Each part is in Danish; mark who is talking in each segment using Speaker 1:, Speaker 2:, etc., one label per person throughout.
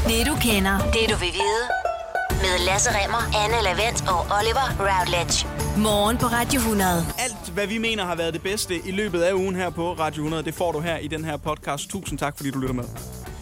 Speaker 1: Det du kender, det du vil vide. Med Lasse Remmer, Anne Lavendt og Oliver Routledge. Morgen på Radio 100.
Speaker 2: Alt, hvad vi mener har været det bedste i løbet af ugen her på Radio 100, det får du her i den her podcast. Tusind tak, fordi du lytter med.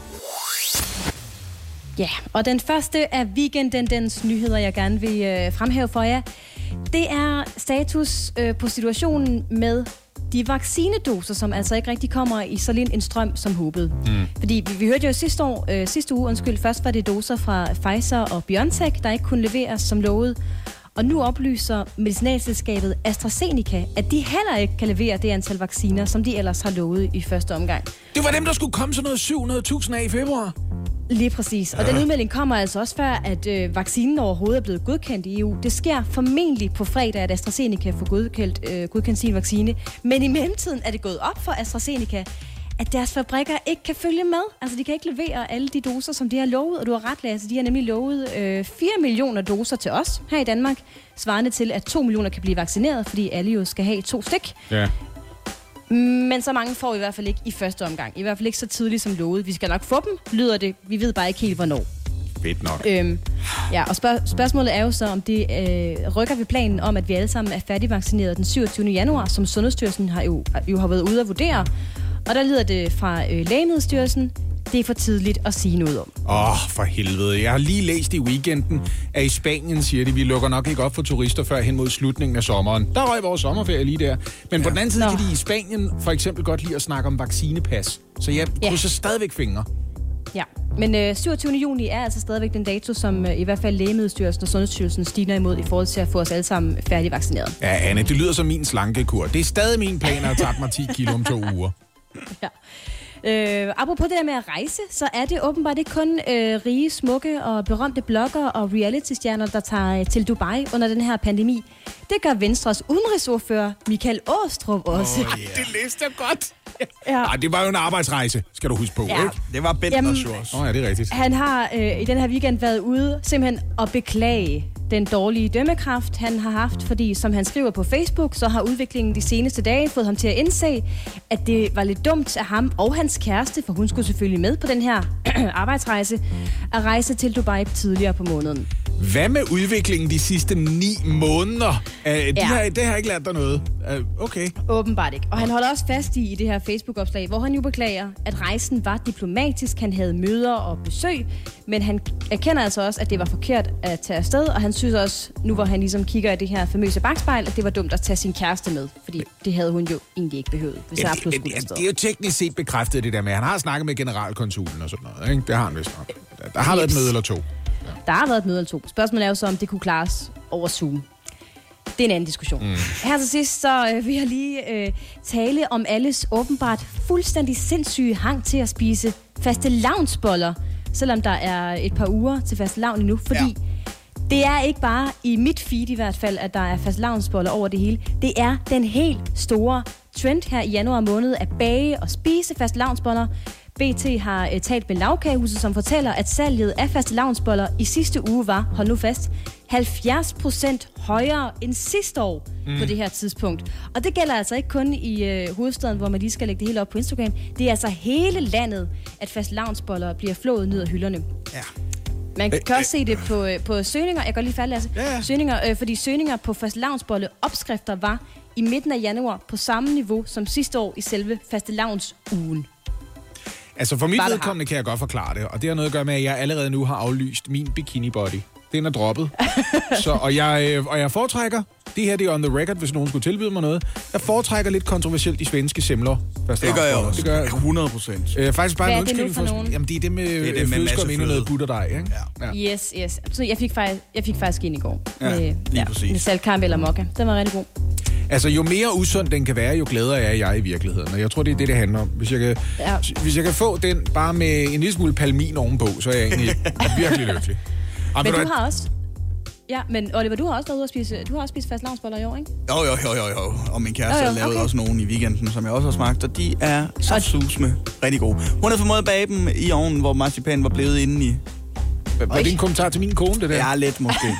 Speaker 3: Ja, og den første af weekendens nyheder, jeg gerne vil fremhæve for jer, det er status på situationen med de vaccinedoser, som altså ikke rigtig kommer i så lidt en strøm som håbet. Fordi vi hørte jo sidste uge, først var det doser fra Pfizer og BioNTech, der ikke kunne leveres som lovet. Og nu oplyser medicinalselskabet AstraZeneca, at de heller ikke kan levere det antal vacciner, som de ellers har lovet i første omgang.
Speaker 4: Det var dem, der skulle komme sådan noget 700.000 af i februar.
Speaker 3: Lige præcis. Og den udmelding kommer altså også før, at vaccinen overhovedet er blevet godkendt i EU. Det sker formentlig på fredag, at AstraZeneca får godkendt sin vaccine. Men i mellemtiden er det gået op for AstraZeneca, at deres fabrikker ikke kan følge med. Altså, de kan ikke levere alle de doser, som de har lovet. Og du har ret, Lasse. De har nemlig lovet 4 millioner doser til os her i Danmark, svarende til, at 2 millioner kan blive vaccineret, fordi alle jo skal have 2 stik. Ja. Men så mange får vi i hvert fald ikke i første omgang. I hvert fald ikke så tidligt som lovet. Vi skal nok få dem, lyder det. Vi ved bare ikke helt, hvornår.
Speaker 4: Fedt nok.
Speaker 3: Ja, og spørgsmålet er jo så, om det rykker ved planen om, at vi alle sammen er færdigvaccineret den 27. januar, som Sundhedsstyrelsen har været ude at vurdere. Og der lyder det fra Lægemiddelstyrelsen, det er for tidligt at sige noget om.
Speaker 4: For helvede. Jeg har lige læst i weekenden, at i Spanien siger de, vi lukker nok ikke op for turister før hen mod slutningen af sommeren. Der røg vores sommerferie lige der. Men på den anden side kan de i Spanien for eksempel godt lide at snakke om vaccinepas. Så jeg krydser stadigvæk fingre.
Speaker 3: Ja, men 27. juni er altså stadigvæk den dato, som i hvert fald Lægemiddelstyrelsen og Sundhedsstyrelsen stiger imod i forhold til at få os alle sammen færdigvaccineret.
Speaker 4: Ja, Anne, det lyder som min slankekur. Det er stadig min plan at tabe mig 10 kilo om 2 uger.
Speaker 3: Ja. Apropos det der med at rejse, så er det åbenbart ikke kun rige, smukke og berømte blogger og reality-stjerner, der tager til Dubai under den her pandemi. Det gør Venstres udenrigsordfører Michael Aastrup også.
Speaker 4: Det læste jeg godt.
Speaker 3: Ja.
Speaker 4: Det var jo en arbejdsrejse, skal du huske på, ikke?
Speaker 2: Det var Bentners jo også.
Speaker 4: Ja, det er rigtigt.
Speaker 3: Han har i den her weekend været ude simpelthen at beklage den dårlige dømmekraft, han har haft, fordi som han skriver på Facebook, så har udviklingen de seneste dage fået ham til at indse, at det var lidt dumt af ham og hans kæreste, for hun skulle selvfølgelig med på den her arbejdsrejse, at rejse til Dubai tidligere på måneden.
Speaker 4: Hvad med udviklingen de sidste 9 måneder? Det har ikke lært dig noget. Okay.
Speaker 3: Åbenbart ikke. Og han holder også fast i det her Facebook-opslag, hvor han jo beklager, at rejsen var diplomatisk. Han havde møder og besøg, men han erkender altså også, at det var forkert at tage afsted, og han synes også, nu hvor han ligesom kigger i det her famøse bakspejl, at det var dumt at tage sin kæreste med, fordi det havde hun jo egentlig ikke behøvet, hvis han pludselig skulle afsted.
Speaker 4: Det er jo teknisk set bekræftet det der med, han har snakket med generalkonsulen og sådan noget, ikke? Det har han vist nok. Der har været et møde eller 2.
Speaker 3: Der har været et møde eller 2. Spørgsmålet er jo så, om det kunne klares over Zoom. Det er en anden diskussion. Her til sidst, så vil jeg lige tale om alles åbenbart fuldstændig sindssyge hang til at spise fastelavnsboller, selvom der er et par uger til fastelavn endnu, fordi det er ikke bare i mit feed i hvert fald, at der er fastelavnsboller over det hele. Det er den helt store trend her i januar måned at bage og spise fastelavnsboller. BT har talt med Lagkagehuset, som fortæller, at salget af fastelavnsboller i sidste uge var, hold nu fast, 70% højere end sidste år på det her tidspunkt. Og det gælder altså ikke kun i hovedstaden, hvor man lige skal lægge det hele op på Instagram. Det er altså hele landet, at fastelavnsboller bliver flået ned af hylderne. Ja. Man kan også se det på søgninger. Jeg går lige færdig, Lasse. Søgninger, fordi søgninger på fastelavnsbolle opskrifter var i midten af januar på samme niveau som sidste år i selve fastelavnsugen.
Speaker 4: Altså for mit vedkommende kan jeg godt forklare det, og det har noget at gøre med, at jeg allerede nu har aflyst min bikini body. Den er droppet. Og jeg foretrækker, det her det er on the record, hvis nogen skulle tilbyde mig noget, jeg foretrækker lidt kontroversielt de svenske semler.
Speaker 2: Det gør jeg også. Det gør jeg 100%.
Speaker 4: Faktisk bare
Speaker 3: en
Speaker 4: undskyldning for nogen? Jamen det er det med flødeskum ind i noget butterdej, ikke?
Speaker 3: Ja. Yes. Så jeg fik faktisk en i går.
Speaker 2: Lige præcis.
Speaker 3: Med saltkaramel og mokka. Den var rigtig god.
Speaker 4: Altså, jo mere usund den kan være, jo gladere er jeg i virkeligheden. Og jeg tror, det er det handler om. Hvis jeg kan få den bare med en lille smule palmin ovenpå, så er jeg egentlig virkelig lykkelig.
Speaker 3: Men du har også... Ja, men Oliver, du har også været ude at spise... Du har også spist fastelavnsboller i år, ikke?
Speaker 2: Jo. Og min kæreste har lavet også nogle i weekenden, som jeg også har smagt, og de er saftsusme rigtig gode. Hun havde formået at bage dem i ovnen, hvor marcipan var blevet inde i.
Speaker 4: Var det en kommentar til min kone, det der?
Speaker 2: Ja, lidt måske.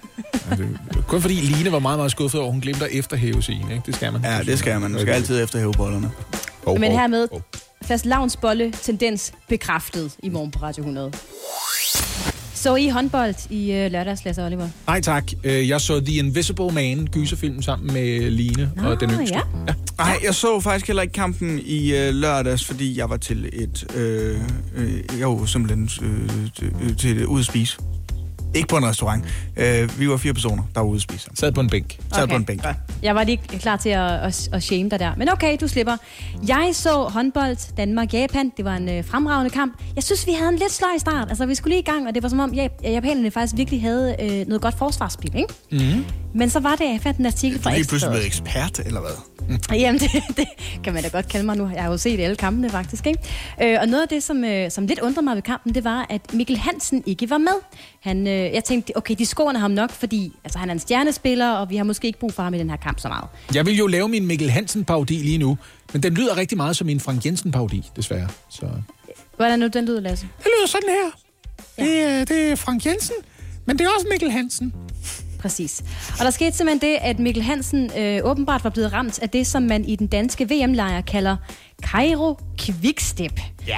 Speaker 4: Kun fordi Line var meget, meget skuffet over, hun glemte at efterhæve sine, ikke? Det skal man.
Speaker 2: Ja, det skal man. Man skal altid efterhæve bollerne.
Speaker 3: Men hermed fastelavnsbolle tendens bekræftet i morgen på Radio 100. Så I håndbold i lørdags, Lasse Oliver?
Speaker 4: Nej tak. Jeg så The Invisible Man, gyserfilm, sammen med Line og den yngste.
Speaker 3: Ja.
Speaker 2: Nej, jeg så faktisk heller ikke kampen i lørdags, fordi jeg var til jeg var simpelthen til ude at spise. Ikke på en restaurant. Vi var 4 personer, der var ude at spise.
Speaker 4: Sad på en bænk.
Speaker 2: Ja.
Speaker 3: Jeg var lige klar til at shame dig der. Men okay, du slipper. Jeg så håndbold Danmark-Japan. Det var en fremragende kamp. Jeg synes, vi havde en lidt sløj start. Altså, vi skulle lige i gang, og det var som om, japanerne faktisk virkelig havde noget godt forsvarsspil, ikke? Mm-hmm. Men så var det, jeg fandt en artikel fra Ekstra.
Speaker 2: Du er lige pludselig blevet ekspert, eller hvad?
Speaker 3: Jamen, det kan man da godt kalde mig nu. Jeg har jo set alle kampene, faktisk, ikke? Og noget af det, som lidt undrede mig ved kampen, det var, at Mikkel Hansen ikke var med. Jeg tænkte, okay, de skåner ham nok, fordi altså, han er en stjernespiller, og vi har måske ikke brug for ham i den her kamp så meget. Jeg
Speaker 4: vil jo lave min Mikkel Hansen-parodi lige nu, men den lyder rigtig meget som en Frank Jensen-parodi, desværre. Så.
Speaker 3: Hvordan nu den lyder, Lasse?
Speaker 4: Det lyder sådan her. Ja. Det er Frank Jensen, men det er også Mikkel Hansen.
Speaker 3: Præcis. Og der skete simpelthen det, at Mikkel Hansen åbenbart var blevet ramt af det, som man i den danske VM-lejr kalder Kairo Quickstep.
Speaker 2: Ja.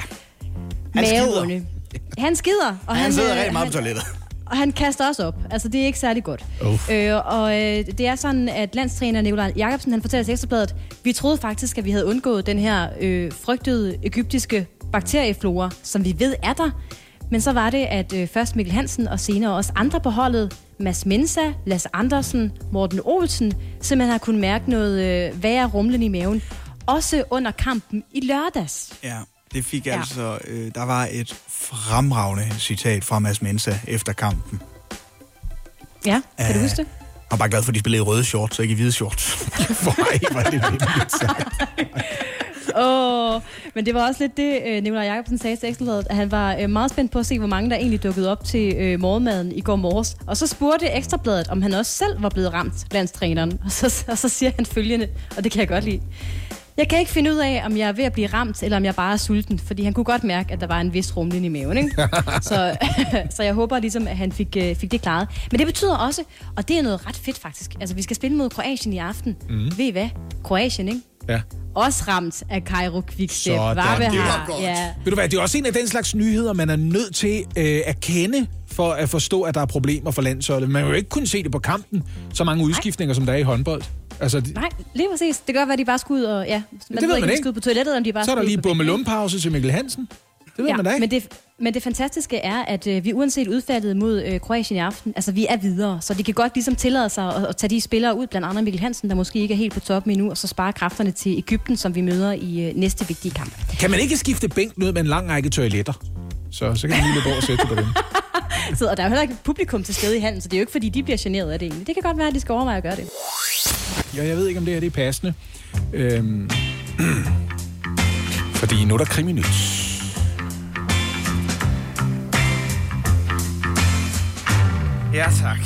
Speaker 3: Han skider. Og
Speaker 2: han sidder rigtig meget på toilettet.
Speaker 3: Og han kaster også op. Altså, det er ikke særlig godt. Det er sådan, at landstræner Nikolaj Jakobsen, han fortæller til Ekstrabladet, vi troede faktisk, at vi havde undgået den her frygtede egyptiske bakterieflora, som vi ved er der. Men så var det, at først Mikkel Hansen og senere også andre på holdet, Mads Mensa, Lasse Andersen, Morten Olsen, simpelthen har kunnet mærke noget værre rumlen i maven. Også under kampen i lørdags.
Speaker 2: Ja, det fik altså... der var et fremragende citat fra Mads Mensa efter kampen.
Speaker 3: Ja, kan du huske det?
Speaker 2: Jeg var bare glad for, at de spillede i røde shorts, så ikke i hvide shorts.
Speaker 4: Hvor var det vildt sagt.
Speaker 3: Men det var også lidt det, Nikolaj Jakobsen sagde til Ekstrabladet, at han var meget spændt på at se, hvor mange der egentlig dukkede op til morgenmaden i går morges. Og så spurgte Ekstrabladet, om han også selv var blevet ramt, landstræneren. Og så siger han følgende, og det kan jeg godt lide. Jeg kan ikke finde ud af, om jeg er ved at blive ramt, eller om jeg bare er sulten, fordi han kunne godt mærke, at der var en vis rumlen i maven, ikke? Så jeg håber ligesom, at han fik det klaret. Men det betyder også, og det er noget ret fedt faktisk, altså vi skal spille mod Kroatien i aften. Ved I hvad? Kroatien, ikke?
Speaker 4: Ja.
Speaker 3: Også ramt af Kairo Quickstep.
Speaker 4: Det var godt. Ja. Ved du hvad, det er også en af den slags nyheder, man er nødt til at kende, for at forstå, at der er problemer for landsholdet. Man vil jo ikke kunne se det på kampen, så mange udskiftninger, som der er i håndbold. Altså,
Speaker 3: nej, lige præcis. Det kan godt være, at de bare skulle ud og... Ja,
Speaker 4: det ved man ikke.
Speaker 3: På toilettet, om de bare
Speaker 4: så er der lige bummelum-pause til Mikkel Hansen. Det ved man da ikke.
Speaker 3: Men det fantastiske er, at vi uanset udfaldet mod Kroatien i aften, altså vi er videre, så de kan godt ligesom tillade sig at tage de spillere ud, blandt andet Mikkel Hansen, der måske ikke er helt på toppen endnu, og så spare kræfterne til Egypten, som vi møder i næste vigtige kamp.
Speaker 4: Kan man ikke skifte bænken ud med en lang række toiletter? Så kan man lige løbe over og sætte på dem.
Speaker 3: Så, og der er jo heller ikke publikum til stede i hallen, så det er jo ikke, fordi de bliver generet af det egentlig. Det kan godt være, at de skal overveje at gøre det.
Speaker 4: Ja, jeg ved ikke, om det her det er passende. Fordi nu er der kriminyt.
Speaker 2: Ja, tak.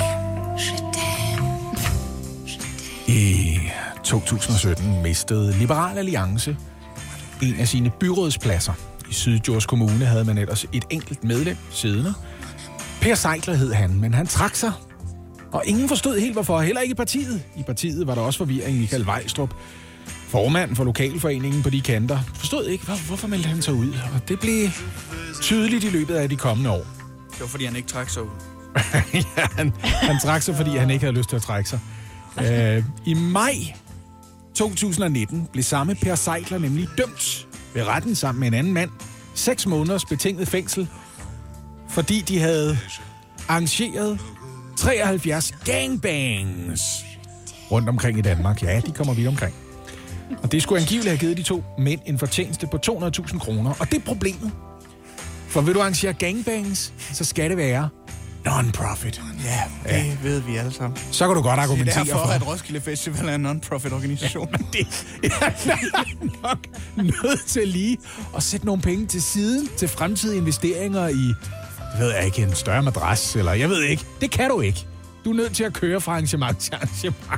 Speaker 4: I 2017 mistede Liberal Alliance en af sine byrådspladser. I Syddjurs Kommune havde man ellers et enkelt medlem siddende. Per Seidler hed han, men han trak sig. Og ingen forstod helt hvorfor, heller ikke i partiet. I partiet var der også forvirring. Michael Vejstrup, formanden for lokalforeningen på de kanter, forstod ikke, hvorfor meldte han sig ud. Og det blev tydeligt i løbet af de kommende år.
Speaker 2: Det var, fordi han ikke trak sig ud.
Speaker 4: Ja, han trak sig, fordi han ikke havde lyst til at trække sig. I maj 2019 blev samme Per Seidler nemlig dømt ved retten sammen med en anden mand. 6 måneders betinget fængsel, fordi de havde arrangeret 73 gangbangs rundt omkring i Danmark. Ja, de kommer vidt omkring. Og det skulle angiveligt have givet de 2 mænd en fortjeneste på 200.000 kroner. Og det er problemet. For vil du arrangere gangbangs, så skal det være non-profit.
Speaker 2: Ja, det ved vi alle sammen.
Speaker 4: Så kan du godt argumentere for.
Speaker 2: Det er derfor, at Roskilde Festival er en non-profit organisation.
Speaker 4: Ja, det er nok nødt til lige at sætte nogle penge til siden til fremtidige investeringer i, jeg ved ikke, en større madras, eller jeg ved ikke. Det kan du ikke. Du er nødt til at køre fra arrangement til arrangement.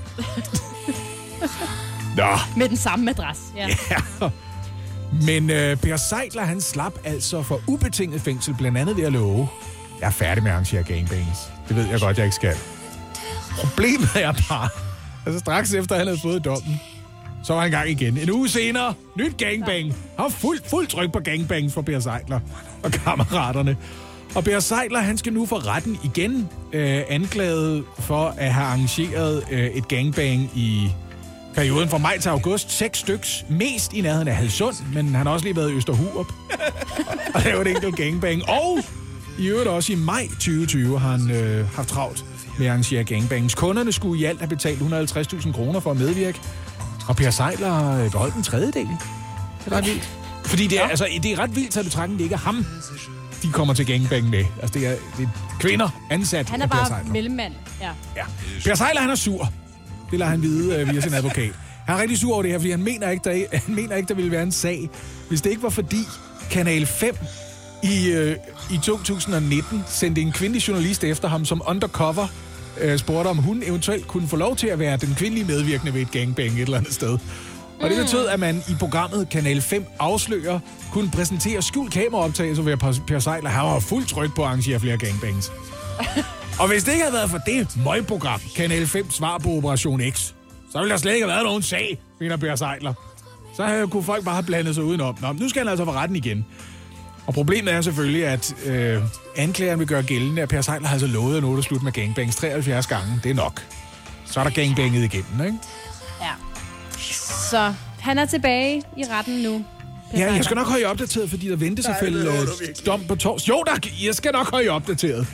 Speaker 4: Nå.
Speaker 3: Med den samme madras, ja.
Speaker 4: Men Per Seidler, han slap altså for ubetinget fængsel, blandt andet ved at love, jeg er færdig med at arrangere gangbangs. Det ved jeg godt, jeg ikke skal. Problemet er bare, altså straks efter han havde fået dommen, så var han i gang igen. En uge senere, nyt gangbang. Han var fuld tryk på gangbangs for Per Seidler og kammeraterne. Og Per Seidler, han skal nu for retten igen, anklaget for at have arrangeret et gangbang i perioden fra maj til august. 6 styks, mest i nærheden af Hadsund, men han har også lige været i Østerhurup og lavet et enkelt gangbang. Og i øvrigt også i maj 2020 har han haft travlt med at arrangere gangbangs. Kunderne skulle i alt have betalt 150.000 kroner for at medvirke, og Per Seidler har beholdt en tredjedel. Det er ret vildt. Fordi det er ret vildt, at betragtningen det ikke er ham, de kommer til gangbang med. Altså, det er kvinder ansat.
Speaker 3: Han er bare mellemmand.
Speaker 4: Ja. Per Seidler, han er sur. Det lader han vide via sin advokat. Han er rigtig sur over det her, fordi han mener ikke, der ville være en sag, hvis det ikke var fordi Kanal 5 i 2019 sendte en kvindelig journalist efter ham som undercover, spurgte om hun eventuelt kunne få lov til at være den kvindelige medvirkende ved et gangbang et eller andet sted. Og det betød, at man i programmet Kanal 5 afslører kunne præsentere skjult kameraoptagelser ved Per Seidler. Han var fuldt tryk på at arrangere flere gangbangs. Og hvis det ikke havde været for det møgprogram, Kanal 5 svar på Operation X, så ville der slet ikke have været nogen sag, mener Per Seidler. Så kunne folk bare have blandet sig udenom. Nå, nu skal han altså for retten igen. Og problemet er selvfølgelig, at anklageren vil gøre gældende, at Per Seidler har altså lovet at nå at slutte med gangbangs 73 gange. Det er nok. Så er der gangbanget igennem, ikke?
Speaker 3: Ja. Så han er tilbage i retten nu.
Speaker 4: Ja, jeg skal nok holde jer opdateret, fordi der venter selvfølgelig dom på torsdag. Jo, jeg skal nok holde jer opdateret.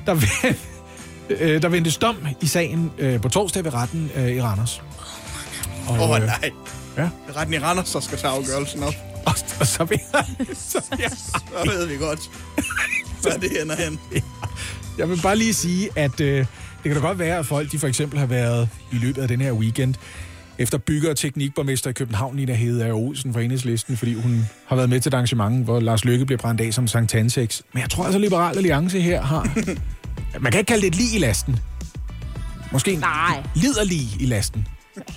Speaker 4: Der ventes dom i sagen på torsdag ved retten i Randers.
Speaker 2: Nej.
Speaker 4: Ja.
Speaker 2: Retten i Randers, så skal tage afgørelsen op.
Speaker 4: Og så
Speaker 2: ved vi godt, hvad det ender hen.
Speaker 4: Jeg vil bare lige sige, at det kan da godt være, at folk de for eksempel har været i løbet af den her weekend efter bygger- og teknikborgmester i København, Nina Hedeager Olsen fra Enhedslisten, fordi hun har været med til et arrangement, hvor Lars Løkke bliver brændt af som Sankt Hanseks. Men jeg tror altså, Liberal Alliance her har... Man kan ikke kalde det et lig i lasten. Måske en liderlig i lasten.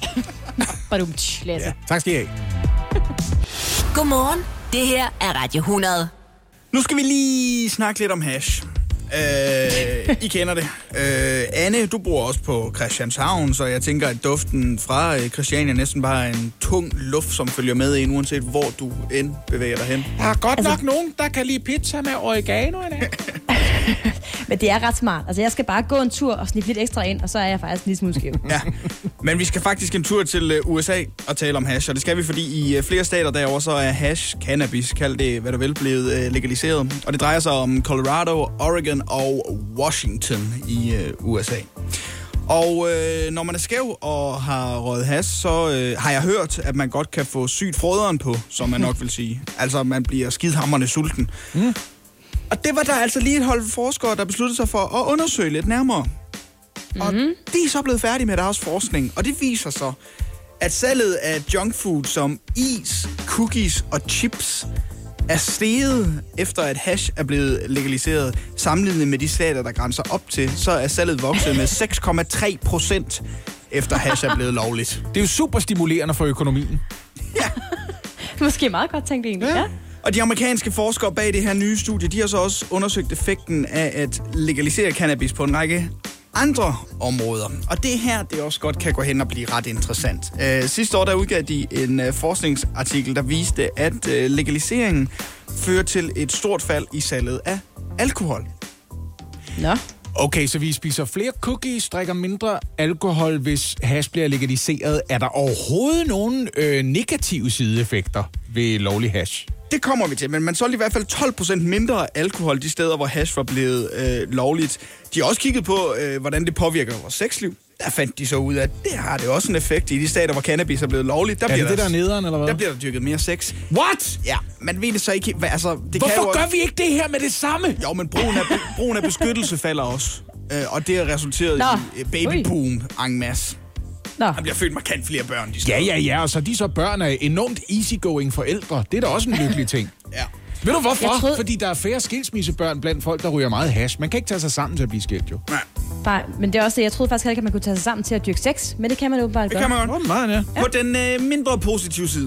Speaker 3: Ja,
Speaker 4: tak skal I have.
Speaker 1: Godmorgen. Det her er Radio 100.
Speaker 2: Nu skal vi lige snakke lidt om hash. I kender det. Anne, du bor også på Christianshavn, så jeg tænker, at duften fra Christiania næsten bare er en tung luft, som følger med ind, uanset hvor du end bevæger dig hen.
Speaker 4: Der er godt nok nogen, der kan lide pizza med oregano.
Speaker 3: Men det er ret smart. Altså, jeg skal bare gå en tur og snippe lidt ekstra ind, og så er jeg faktisk en lille smule skæv.
Speaker 2: Ja, men vi skal faktisk en tur til USA og tale om hash, og det skal vi, fordi i flere stater derovre, så er hash, cannabis, kald det hvad du vil, blevet legaliseret. Og det drejer sig om Colorado, Oregon og Washington i USA. Og når man er skæv og har røget hash, så har jeg hørt, at man godt kan få sygt froderen på, som man nok vil sige. Altså, man bliver skidhamrende sulten. Mm. Og det var der altså lige et hold forskere, der besluttede sig for at undersøge lidt nærmere. Mm-hmm. Og de er så blevet færdige med deres forskning, og det viser så, at salget af junkfood som is, cookies og chips er steget efter at hash er blevet legaliseret. Sammenlignet med de stater, der grænser op til, så er salget vokset med 6,3% efter hash er blevet lovligt.
Speaker 4: Det er jo super stimulerende for økonomien.
Speaker 2: Ja.
Speaker 3: Måske meget godt tænkt egentlig, ja.
Speaker 2: Og de amerikanske forskere bag det her nye studie, de har så også undersøgt effekten af at legalisere cannabis på en række andre områder. Og det her, det også godt kan gå hen og blive ret interessant. Sidste år, der udgav de en forskningsartikel, der viste, at legaliseringen fører til et stort fald i salget af alkohol.
Speaker 3: Nå.
Speaker 4: Okay, så vi spiser flere cookies, drikker mindre alkohol, hvis hash bliver legaliseret. Er der overhovedet nogen negative sideeffekter ved lovlig hash?
Speaker 2: Det kommer vi til, men man solgte i hvert fald 12% mindre alkohol de steder, hvor hash var blevet lovligt. De har også kigget på, hvordan det påvirker vores sexliv. Der fandt de så ud af, at det har det også en effekt i de stater, hvor cannabis er blevet lovligt. Der
Speaker 4: bliver det der nederen, eller hvad?
Speaker 2: Der bliver der dyrket mere sex.
Speaker 4: What?
Speaker 2: Ja, man ved det så ikke. Altså, det
Speaker 4: hvorfor gør vi ikke det her med det samme?
Speaker 2: Jo, men brugen af beskyttelse falder også. Og det har resulteret i babyboom en masse. Der bliver født markant flere børn.
Speaker 4: Ja, og så de så børn er enormt easygoing forældre. Det er da også en lykkelig ting.
Speaker 2: Ja.
Speaker 4: Ved du hvorfor? Fordi der er færre skilsmissebørn blandt folk, der ryger meget hash. Man kan ikke tage sig sammen til at blive skilt, jo.
Speaker 3: Nej, men det er også det. Jeg troede faktisk ikke, at man kunne tage sig sammen til at dyrke sex, men det kan man jo bare
Speaker 2: godt. Det kan man godt.
Speaker 4: Ja.
Speaker 2: På den mindre positive side,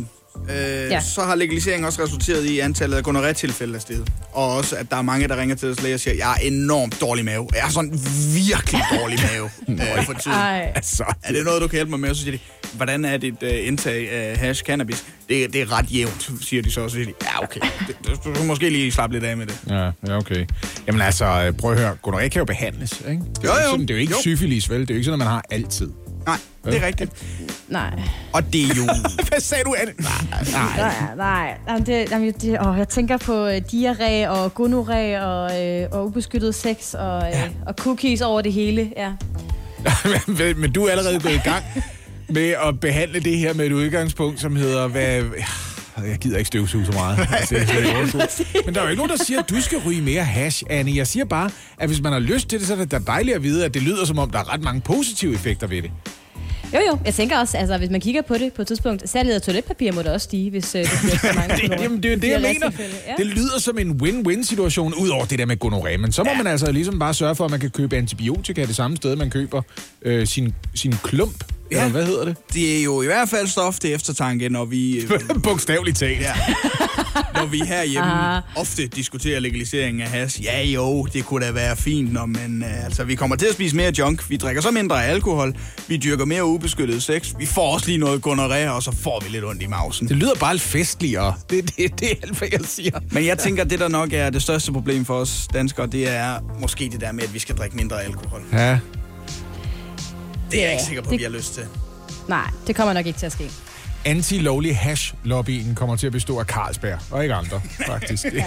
Speaker 2: så har legaliseringen også resulteret i, antallet af gonorrhea-tilfælde af stedet. Og også, at der er mange, der ringer til deres læge og siger, jeg er enormt dårlig mave. Jeg har sådan virkelig dårlig mave for tiden. Altså, er det noget, du kan hjælpe mig med? Så siger de, hvordan er dit indtag af hash cannabis? Det er ret jævnt, siger de så. Så siger de, ja, okay. Du kan måske lige slappe lidt af med det.
Speaker 4: Ja, okay. Jamen altså, prøv at høre. Gonorrhea kan jo behandles, ikke? Det er jo ikke syfilis, vel? Det er jo ikke sådan, at man har altid.
Speaker 2: Nej, det er rigtigt.
Speaker 3: Nej.
Speaker 2: Og det er jo...
Speaker 4: Hvad sagde du af det?
Speaker 3: Nej. Jeg tænker på diarré og gonorrhea og ubeskyttet sex og cookies over det hele, ja.
Speaker 4: Men du er allerede gået i gang med at behandle det her med et udgangspunkt, som hedder... Jeg gider ikke støvsuge så meget. Men der er jo ikke nogen, der siger, at du skal ryge mere hash, Annie. Jeg siger bare, at hvis man har lyst til det, så er det da dejligt at vide, at det lyder som om, der er ret mange positive effekter ved det.
Speaker 3: Jo. Jeg tænker også, altså hvis man kigger på det på et tidspunkt, salget af toiletpapir må da også stige, hvis det bliver så mange
Speaker 4: det er det, jeg mener. Ja. Det lyder som en win-win-situation, ud over det der med gonorrhea. Men så må man altså ligesom bare sørge for, at man kan købe antibiotika det samme sted, man køber sin klump. Ja. Eller hvad hedder det?
Speaker 2: Det er jo i hvert fald stof til eftertanke, når vi...
Speaker 4: Bogstaveligt talt.
Speaker 2: Ja. Når vi herhjemme ofte diskuterer legaliseringen af hash. Ja jo, det kunne da være fint, men altså, vi kommer til at spise mere junk. Vi drikker så mindre alkohol. Vi dyrker mere ubeskyttet sex. Vi får også lige noget gonorrhea, og så får vi lidt ondt i mausen.
Speaker 4: Det lyder bare lidt festligere. Det er alt, hvad jeg siger.
Speaker 2: Men jeg tænker, det der nok er det største problem for os danskere, det er måske det der med, at vi skal drikke mindre alkohol.
Speaker 4: Ja.
Speaker 2: Det er jeg ikke sikker på, at vi har lyst til.
Speaker 3: Nej, det kommer nok ikke til at ske.
Speaker 4: Anti-lovlig hash-lobbyen kommer til at bestå af Carlsberg, og ikke andre, faktisk. Ja.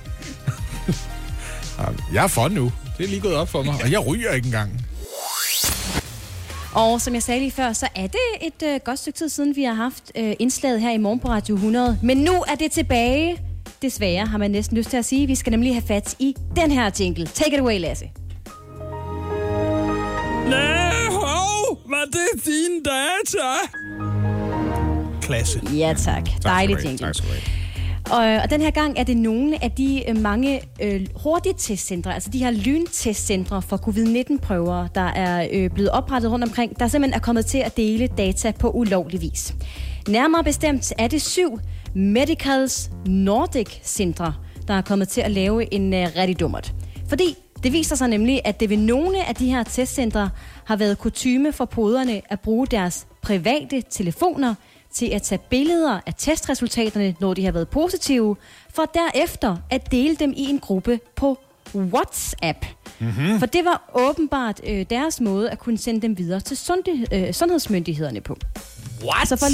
Speaker 4: Jeg er for nu. Det er lige gået op for mig, og jeg ryger ikke engang.
Speaker 3: Og som jeg sagde lige før, så er det et godt stykke tid siden, vi har haft indslaget her i morgen på Radio 100. Men nu er det tilbage. Desværre har man næsten lyst til at sige. Vi skal nemlig have fat i den her jingle. Take it away, Lasse.
Speaker 2: Var det dine data? Klasse.
Speaker 3: Ja, tak. Dejligt jingle. Og den her gang er det nogle af de mange hurtige testcentre, altså de her lyntestcentre for covid-19-prøver, der er blevet oprettet rundt omkring, der simpelthen er kommet til at dele data på ulovlig vis. Nærmere bestemt er det 7 Medicals Nordic-centre, der er kommet til at lave en rigtig dummert. Fordi det viser sig nemlig, at det ved nogle af de her testcentre har været kutyme for poderne at bruge deres private telefoner til at tage billeder af testresultaterne, når de har været positive, for derefter at dele dem i en gruppe på WhatsApp. Mm-hmm. For det var åbenbart deres måde at kunne sende dem videre til sundhedsmyndighederne på.
Speaker 2: What?
Speaker 3: Så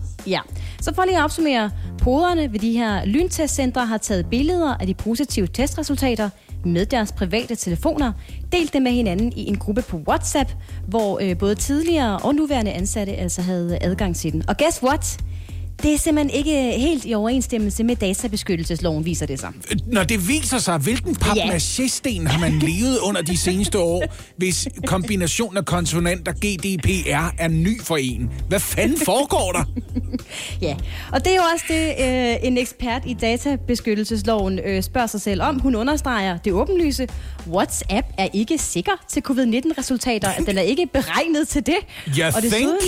Speaker 3: for lige at opsummere, poderne ved de her lyntestcentre har taget billeder af de positive testresultater med deres private telefoner, delt dem med hinanden i en gruppe på WhatsApp, hvor både tidligere og nuværende ansatte altså havde adgang til den. Og guess what? Det er simpelthen ikke helt i overensstemmelse med databeskyttelsesloven, viser det sig.
Speaker 4: Når det viser sig, hvilken papmaché-sten har man levet under de seneste år, hvis kombinationen af konsonanter GDPR er ny for en? Hvad fanden foregår der?
Speaker 3: Ja, og det er jo også det, en ekspert i databeskyttelsesloven spørger sig selv om. Hun understreger det åbenlyse. WhatsApp er ikke sikker til covid-19-resultater. Den er ikke beregnet til det. Og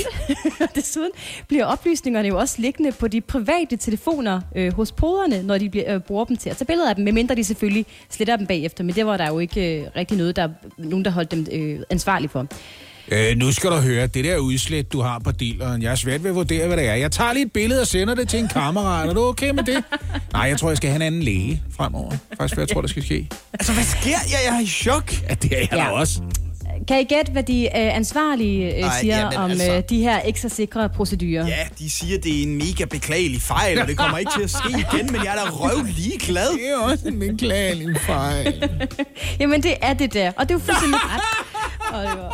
Speaker 3: desuden bliver oplysningerne jo også liggende på de private telefoner hos poderne, når de bruger dem til at tage billeder af dem, medmindre de selvfølgelig sletter dem bagefter. Men det var der jo ikke rigtig nogen, der holdt dem ansvarlige for.
Speaker 4: Nu skal du høre, det der udslæt, du har på dealeren, jeg er svært ved at vurdere, hvad det er. Jeg tager lige et billede og sender det til en kammerat. Er du okay med det? Nej, jeg tror, jeg skal have en anden læge fremover. Faktisk, hvad jeg tror, der skal ske.
Speaker 2: Altså, hvad sker? Jeg er i chok.
Speaker 4: Ja, det er jeg da også.
Speaker 3: Kan I gætte, hvad de ansvarlige siger om de her ekstra sikre procedurer?
Speaker 2: Ja, de siger, det er en mega beklagelig fejl, og det kommer ikke til at ske igen, men jeg er da røv ligeglad.
Speaker 4: Det er også en beklagelig fejl.
Speaker 3: Jamen, det er det der, og det er jo fuldstændig ret.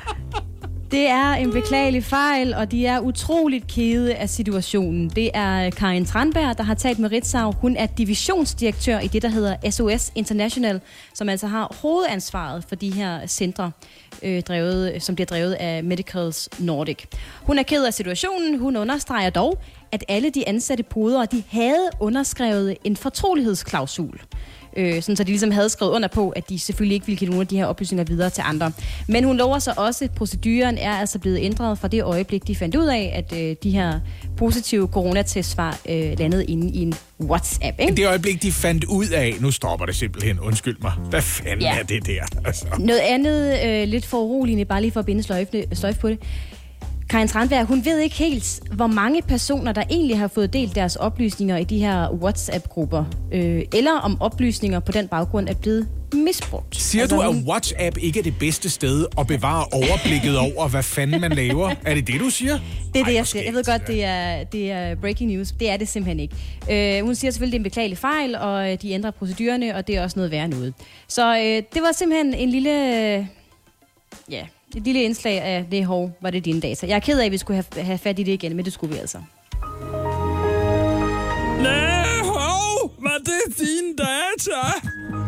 Speaker 3: Det er en beklagelig fejl, og de er utroligt kede af situationen. Det er Karin Tranberg, der har talt med Ritzau. Hun er divisionsdirektør i det, der hedder SOS International, som altså har hovedansvaret for de her centre, som bliver drevet af Medicals Nordic. Hun er ked af situationen. Hun understreger dog, at alle de ansatte podere, de havde underskrevet en fortrolighedsklausul. sådan så de ligesom havde skrevet under på, at de selvfølgelig ikke ville give nogle af de her oplysninger videre til andre. Men hun lover så også, at proceduren er altså blevet ændret fra det øjeblik, de fandt ud af, at de her positive coronatests var landet inde i en WhatsApp, ikke?
Speaker 4: Det øjeblik, de fandt ud af, nu stopper det simpelthen, undskyld mig. Hvad fanden er det der? Altså.
Speaker 3: Noget andet lidt foruroligende, bare lige for at binde sløjf på det. Karin Tranberg, hun ved ikke helt, hvor mange personer, der egentlig har fået delt deres oplysninger i de her WhatsApp-grupper, eller om oplysninger på den baggrund er blevet misbrugt.
Speaker 4: Siger du, at WhatsApp ikke er det bedste sted at bevare overblikket over, hvad fanden man laver? Er det det, du siger?
Speaker 3: Det er det, jeg siger. Jeg ved godt, det er breaking news. Det er det simpelthen ikke. Hun siger selvfølgelig, det er en beklagelig fejl, og de ændrer procedurerne, og det er også noget værre noget. Så det var simpelthen en lille... et lille indslag af det var det dine data. Jeg er ked af, at vi skulle have fat i det igen, men det skulle vi altså.
Speaker 4: Var det dine data?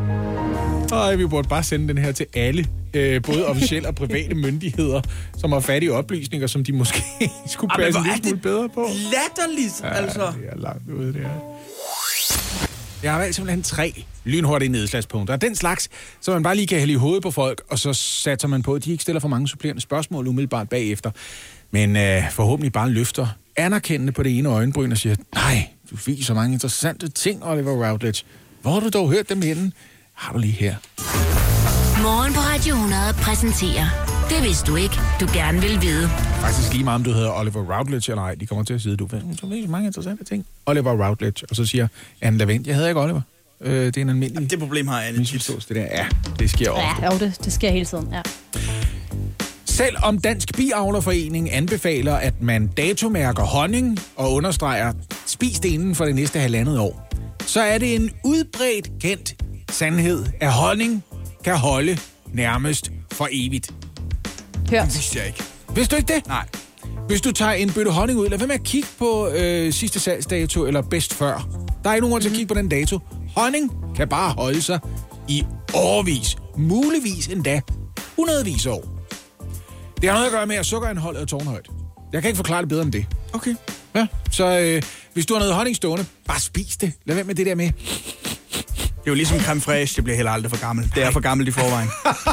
Speaker 4: Ej, vi burde bare sende den her til alle, både officielle og private myndigheder, som har fat i oplysninger, som de måske skulle passe en lille smule bedre på.
Speaker 2: Latterligt, altså.
Speaker 4: Ja, det er langt ude, det her. Jeg har valgt simpelthen 3 lynhurtige nedslagspunkter. Den slags, som man bare lige kan hælde i hovedet på folk, og så satser man på, at de ikke stiller for mange supplerende spørgsmål umiddelbart bagefter. Men forhåbentlig bare løfter anerkendende på det ene øjenbryn og siger, nej, du fik så mange interessante ting, Oliver Routledge. Hvor har du dog hørt dem henne? Har du lige her.
Speaker 1: Morgen på Radio 100 præsenterer Det vidste du ikke, du gerne vil vide.
Speaker 4: Faktisk lige meget, om du hedder Oliver Routledge eller ej. De kommer til at sige, du ved så mange interessante ting. Oliver Routledge. Og så siger Anne Lavent, jeg hedder ikke Oliver. Det er en almindelig...
Speaker 2: Jamen, det problem har Anne tit.
Speaker 4: Det der. Ja, det sker ofte.
Speaker 3: Ja, det sker hele tiden, ja.
Speaker 4: Selv om Dansk Biavlerforening anbefaler, at man datomærker honning og understreger, spis det inden for det næste 1,5 år, så er det en udbredt kendt sandhed, at honning kan holde nærmest for evigt.
Speaker 3: Hørt.
Speaker 2: Det vidste jeg ikke.
Speaker 4: Vidste du ikke det?
Speaker 2: Nej.
Speaker 4: Hvis du tager en bøtte honning ud, lad være med at kigge på sidste salgsdato eller bedst før. Der er ikke nogen grund til at kigge på den dato. Honning kan bare holde sig i årevis, muligvis endda hundredvis år. Det har noget at gøre med, at sukkerindholdet er tårnhøjt. Jeg kan ikke forklare det bedre end det.
Speaker 2: Okay.
Speaker 4: Ja, så hvis du har noget honning stående, bare spis det. Lad være med det der med...
Speaker 2: Det er jo ligesom creme fraiche, det bliver heller aldrig for gammelt. Det er for gammelt i forvejen.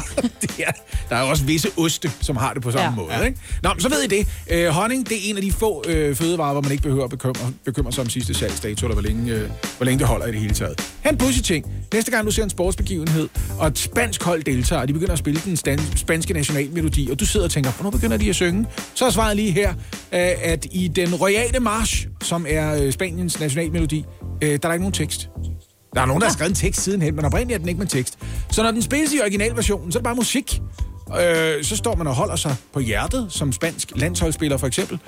Speaker 4: Der er jo også visse oste, som har det på samme måde. Ja. Ikke? Nå, så ved I det. Honning, det er en af de få fødevarer, hvor man ikke behøver at bekymre sig om sidste salgsdato, eller hvor længe det holder i det hele taget. Her en pudsig ting. Næste gang du ser en sportsbegivenhed, og et spansk hold deltager, og de begynder at spille den spanske nationalmelodi, og du sidder og tænker, hvornår begynder de at synge? Så er svaret lige her, at i den royale march, som er Spaniens nationalmelodi, der er ikke nogen tekst. Der er nogen, der har skrevet en tekst sidenhen, men oprindeligt er den ikke med tekst. Så når den spilles i originalversionen, så er det bare musik. Så står man og holder sig på hjertet, som spansk landsholdsspiller for eksempel,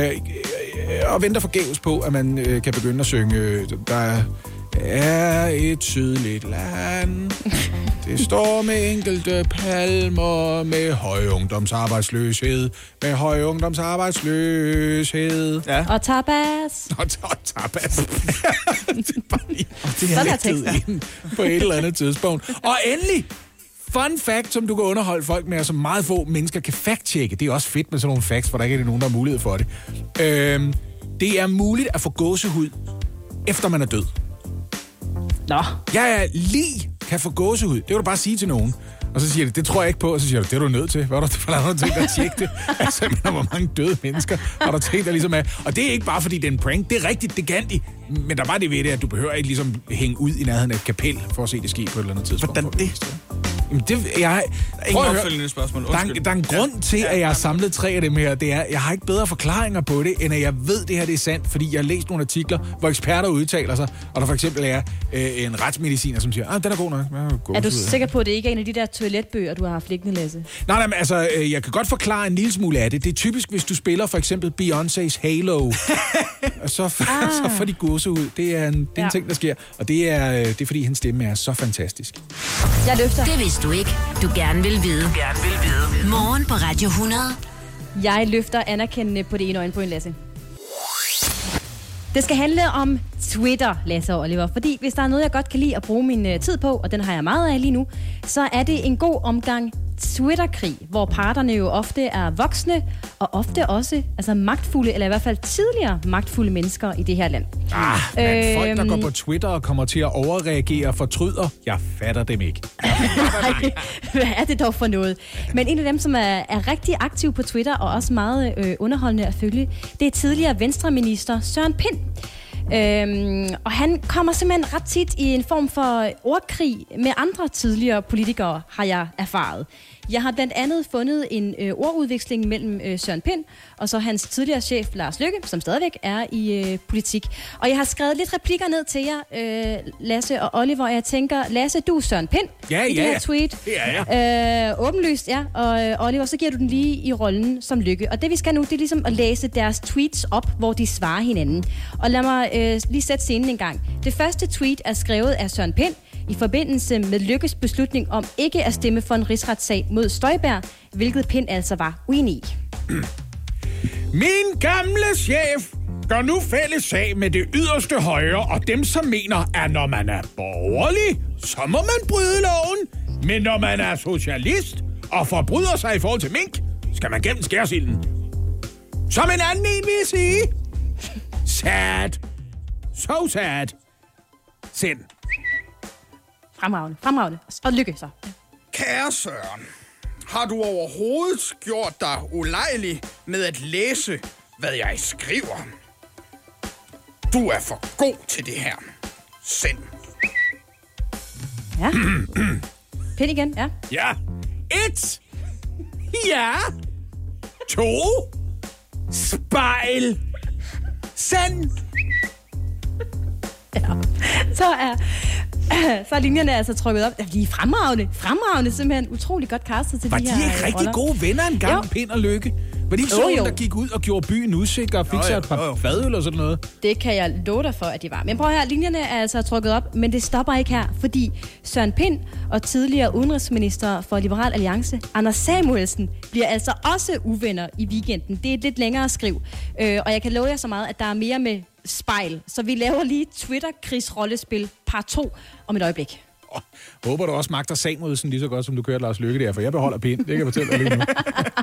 Speaker 4: og venter forgæves på, at man kan begynde at synge, der er et sydligt land. Det står med enkelte palmer, med høj ungdomsarbejdsløshed. Med høj ungdomsarbejdsløshed.
Speaker 3: Ja. Og tapas.
Speaker 4: Og tapas. Det er bare lige
Speaker 3: sådan her tekster.
Speaker 4: På et eller andet tidspunkt. Og endelig, fun fact, som du kan underholde folk med, og som meget få mennesker kan fact-tjekke. Det er også fedt med sådan nogle facts, hvor der ikke er nogen, der har mulighed for det. Det er muligt at få gåsehud, efter man er død.
Speaker 3: Nå.
Speaker 4: Jeg lige kan få gåsehud. Det vil du bare sige til nogen. Og så siger de, det tror jeg ikke på. Og så siger du, det er du nødt til. Hvad er der for nogen ting, der tjekke det? Altså, hvor mange døde mennesker har der tænkt, der ligesom er. Og det er ikke bare, fordi det er en prank. Det er rigtigt, det kan de. Men der var det ved det, at du behøver ikke ligesom hænge ud i nærheden af et kapel, for at se det ske på et eller andet tidspunkt.
Speaker 2: Hvordan det?
Speaker 4: Jamen,
Speaker 2: ingen opfølgende spørgsmål.
Speaker 4: Der er en grund til, at jeg har samlet 3 af dem her. Det er, jeg har ikke bedre forklaringer på det, end at jeg ved, det her det er sandt, fordi jeg har læst nogle artikler, hvor eksperter udtaler sig, og der for eksempel er en retsmediciner, som siger, den er god nok.
Speaker 3: Er du sikker på, at det ikke er en af de der toiletbøger, du har haft liggende, Lasse?
Speaker 4: Nej, men altså, jeg kan godt forklare en lille smule af det. Det er typisk, hvis du spiller for eksempel Beyoncé's Halo, så får de gåsehud. Det er en ting, der sker, og det er fordi, hans stemme er så fantastisk.
Speaker 3: Jeg løfter.
Speaker 1: Det vidste du ikke, du gerne vil vide. Morgen på Radio 100.
Speaker 3: Jeg løfter anerkendende på det ene øjenbryn, Lasse. Det skal handle om Twitter, Lasse og Oliver. Fordi hvis der er noget, jeg godt kan lide at bruge min tid på, og den har jeg meget af lige nu, så er det en god omgang Twitter-krig, hvor parterne jo ofte er voksne, og ofte også magtfulde, eller i hvert fald tidligere magtfulde mennesker i det her land.
Speaker 4: Men folk, der går på Twitter og kommer til at overreagere og fortryder, jeg fatter dem ikke.
Speaker 3: Nej, hvad er det dog for noget? Men en af dem, som er rigtig aktiv på Twitter, og også meget underholdende at følge, det er tidligere Venstreminister Søren Pind. Og han kommer simpelthen ret tit i en form for ordkrig med andre tidligere politikere, har jeg erfaret. Jeg har blandt andet fundet en ordudveksling mellem Søren Pind og så hans tidligere chef Lars Løkke, som stadigvæk er i politik. Og jeg har skrevet lidt replikker ned til jer, Lasse og Oliver, og jeg tænker, Lasse, du er Søren Pind i det her tweet. Ja. Åbenlyst, ja. Og Oliver, så giver du den lige i rollen som Løkke. Og det vi skal nu, det er ligesom at læse deres tweets op, hvor de svarer hinanden. Og lad mig lige sætte scenen en gang. Det første tweet er skrevet af Søren Pind i forbindelse med Løkkes beslutning om ikke at stemme for en rigsretssag mod Støjberg, hvilket Pind altså var uenig i.
Speaker 4: Min gamle chef gør nu fælles sag med det yderste højre og dem, som mener, at når man er borgerlig, så må man bryde loven. Men når man er socialist og forbryder sig i forhold til mink, skal man gennem skærsilden. Som en anden en vil sige. Sad. So sad. Send.
Speaker 3: Fremragende. Og Lykke så.
Speaker 2: Kære Søren, har du overhovedet gjort dig ulejlig med at læse, hvad jeg skriver? Du er for god til det her. Send.
Speaker 3: Ja. Pind igen, ja.
Speaker 4: Ja. 1. Ja. 2. Spejl. Send.
Speaker 3: Ja. Så er linjerne altså trykket op. De er fremragende, simpelthen utrolig godt castet til
Speaker 4: var
Speaker 3: de her
Speaker 4: de ikke rigtig
Speaker 3: roller.
Speaker 4: Gode venner engang, Pind og Lykke? Var de ikke sådan, der gik ud og gjorde byen usikker og fik sig et par fadøl og sådan noget?
Speaker 3: Det kan jeg love dig for, at de var. Men prøv her, linjerne er altså trykket op, men det stopper ikke her, fordi Søren Pind og tidligere udenrigsminister for Liberal Alliance, Anders Samuelsen, bliver altså også uvenner i weekenden. Det er et lidt længere skriv, og jeg kan love jer så meget, at der er mere med spejl. Så vi laver lige Twitter-krigsrollespil part 2 om et øjeblik.
Speaker 4: Håber du også magter Samuelsen lige så godt, som du kørte Lars Løkke der, for jeg beholder Pind. Det kan jeg fortælle dig lige nu.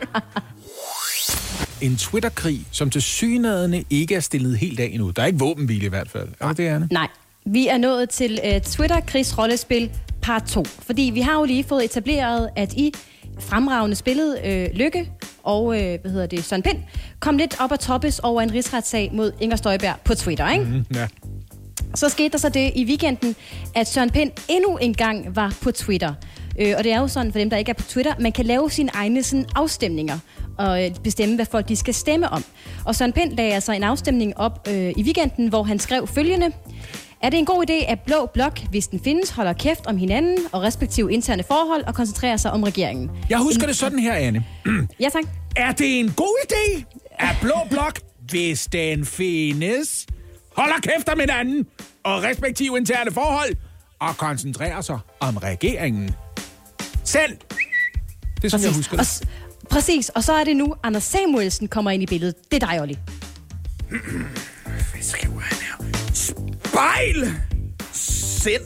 Speaker 4: En Twitter-krig, som tilsyneladende ikke er stillet helt af endnu. Der er ikke våbenhvile i hvert fald. Er det, Anne?
Speaker 3: Nej. Vi er nået til Twitter-krigsrollespil part 2. Fordi vi har jo lige fået etableret, at I fremragende spillede Lykke og Søren Pind kom lidt op at toppes over en rigsretssag mod Inger Støjberg på Twitter, ikke?
Speaker 4: Ja.
Speaker 3: Så skete der så det i weekenden, at Søren Pind endnu en gang var på Twitter. Og det er jo sådan, for dem, der ikke er på Twitter, man kan lave sine egne afstemninger og bestemme, hvad folk de skal stemme om. Og Søren Pind lagde altså en afstemning op i weekenden, hvor han skrev følgende: Er det en god idé, at Blå Blok, hvis den findes, holder kæft om hinanden og respektive interne forhold og koncentrerer sig om regeringen?
Speaker 4: Jeg husker det sådan her, Anne.
Speaker 3: Ja, tak.
Speaker 4: Er det en god idé, at Blå Blok, hvis den findes, holder kæft om hinanden og respektive interne forhold og koncentrerer sig om regeringen? Send! Det er sådan, jeg husker det.
Speaker 3: Præcis, og så er det nu, Anders Samuelsen kommer ind i billedet. Det er dig, Olli.
Speaker 2: Hvad skriver han her? Spejl! Send!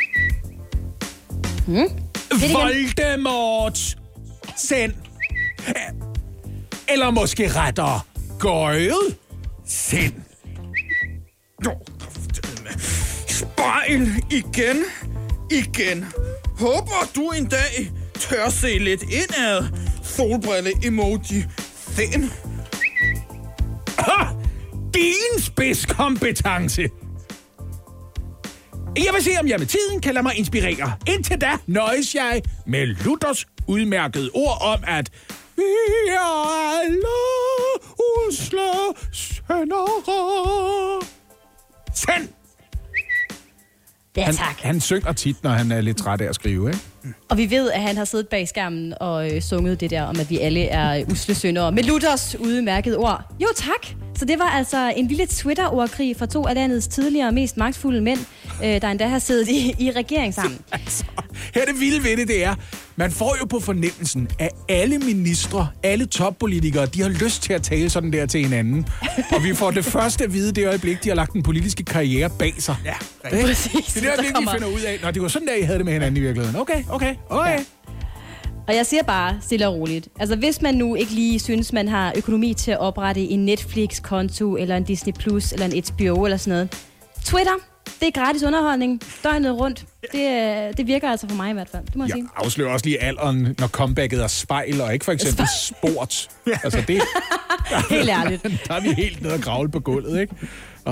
Speaker 4: Voldemort! Send! Eller måske rettere, gøjet? Send!
Speaker 2: Spejl! Igen! Håber du en dag tør se lidt indad. Solbrille-emoji. Send!
Speaker 4: Din spidskompetence! Jeg vil se, om jeg med tiden kan lade mig inspirere. Indtil da nøjes jeg med Luthers udmærkede ord om, at vi er alle usle syndere. Send!
Speaker 3: Ja, tak.
Speaker 4: Han synger tit, når han er lidt træt af at skrive, ikke?
Speaker 3: Og vi ved, at han har siddet bag skærmen og sunget det der om, at vi alle er usle syndere. Med Luthers udmærkede ord. Jo, tak. Så det var altså en lille Twitter-ordkrig fra 2 af landets tidligere mest magtfulde mænd, der endda har siddet i regering sammen.
Speaker 4: Altså, her det vilde ved det er, man får jo på fornemmelsen, at alle ministre, alle toppolitikere, de har lyst til at tale sådan der til hinanden. Og vi får det første at vide det øjeblik, de har lagt den politiske karriere bag sig.
Speaker 2: Ja,
Speaker 3: præcis.
Speaker 4: Det er det øjeblik, de finder ud af. Nå, det var sådan der, I havde det med hinanden i virkeligheden. Okay.
Speaker 3: Ja. Og jeg siger bare stille og roligt. Altså, hvis man nu ikke lige synes, man har økonomi til at oprette en Netflix-konto, eller en Disney Plus, eller en HBO, eller sådan noget. Twitter, det er gratis underholdning. Døgnet rundt. Det virker altså for mig i hvert fald. Det må jeg sige.
Speaker 4: Jeg afslører også lige alderen, når comebacket er Spejl, og ikke for eksempel Sport. Altså, det...
Speaker 3: Helt ærligt.
Speaker 4: Der er vi helt nede og gravle på gulvet, ikke?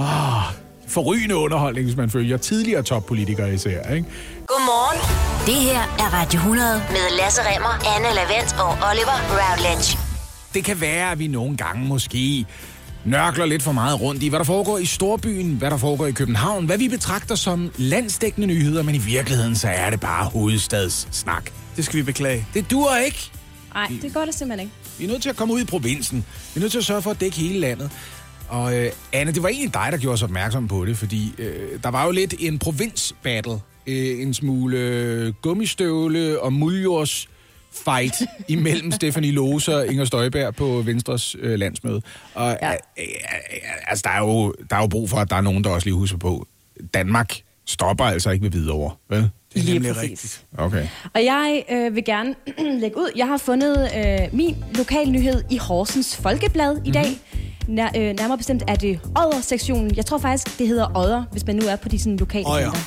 Speaker 4: Forrygende underholdning, hvis man følger tidligere toppolitikere især, ikke?
Speaker 1: Godmorgen. Det her er Radio 100 med Lasse Remmer, Anne Lavent og Oliver Routledge.
Speaker 4: Det kan være, at vi nogle gange måske nørkler lidt for meget rundt i, hvad der foregår i storbyen, hvad der foregår i København, hvad vi betragter som landsdækkende nyheder, men i virkeligheden så er det bare hovedstadssnak.
Speaker 2: Det skal vi beklage.
Speaker 4: Det duer ikke.
Speaker 3: Nej, det gør det simpelthen ikke.
Speaker 4: Vi er nødt til at komme ud i provinsen. Vi er nødt til at sørge for at dække hele landet. Og Anne, det var egentlig dig, der gjorde os opmærksom på det, fordi der var jo lidt en provinsbattle. En smule gummistøvle og muljords fight imellem Stephanie Lose og Inger Støjberg på Venstres landsmøde. Og altså, der er jo brug for, at der er nogen, der også lige husker på, Danmark stopper altså ikke ved Hvidovre, vel?
Speaker 2: Det er
Speaker 3: Lige
Speaker 2: nemlig
Speaker 3: præcis.
Speaker 2: rigtigt.
Speaker 4: Okay.
Speaker 3: Og jeg vil gerne lægge ud. Jeg har fundet min lokalnyhed i Horsens Folkeblad i dag. Nærmere bestemt er det Odder-sektionen. Jeg tror faktisk, det hedder Odder, hvis man nu er på de sådan lokale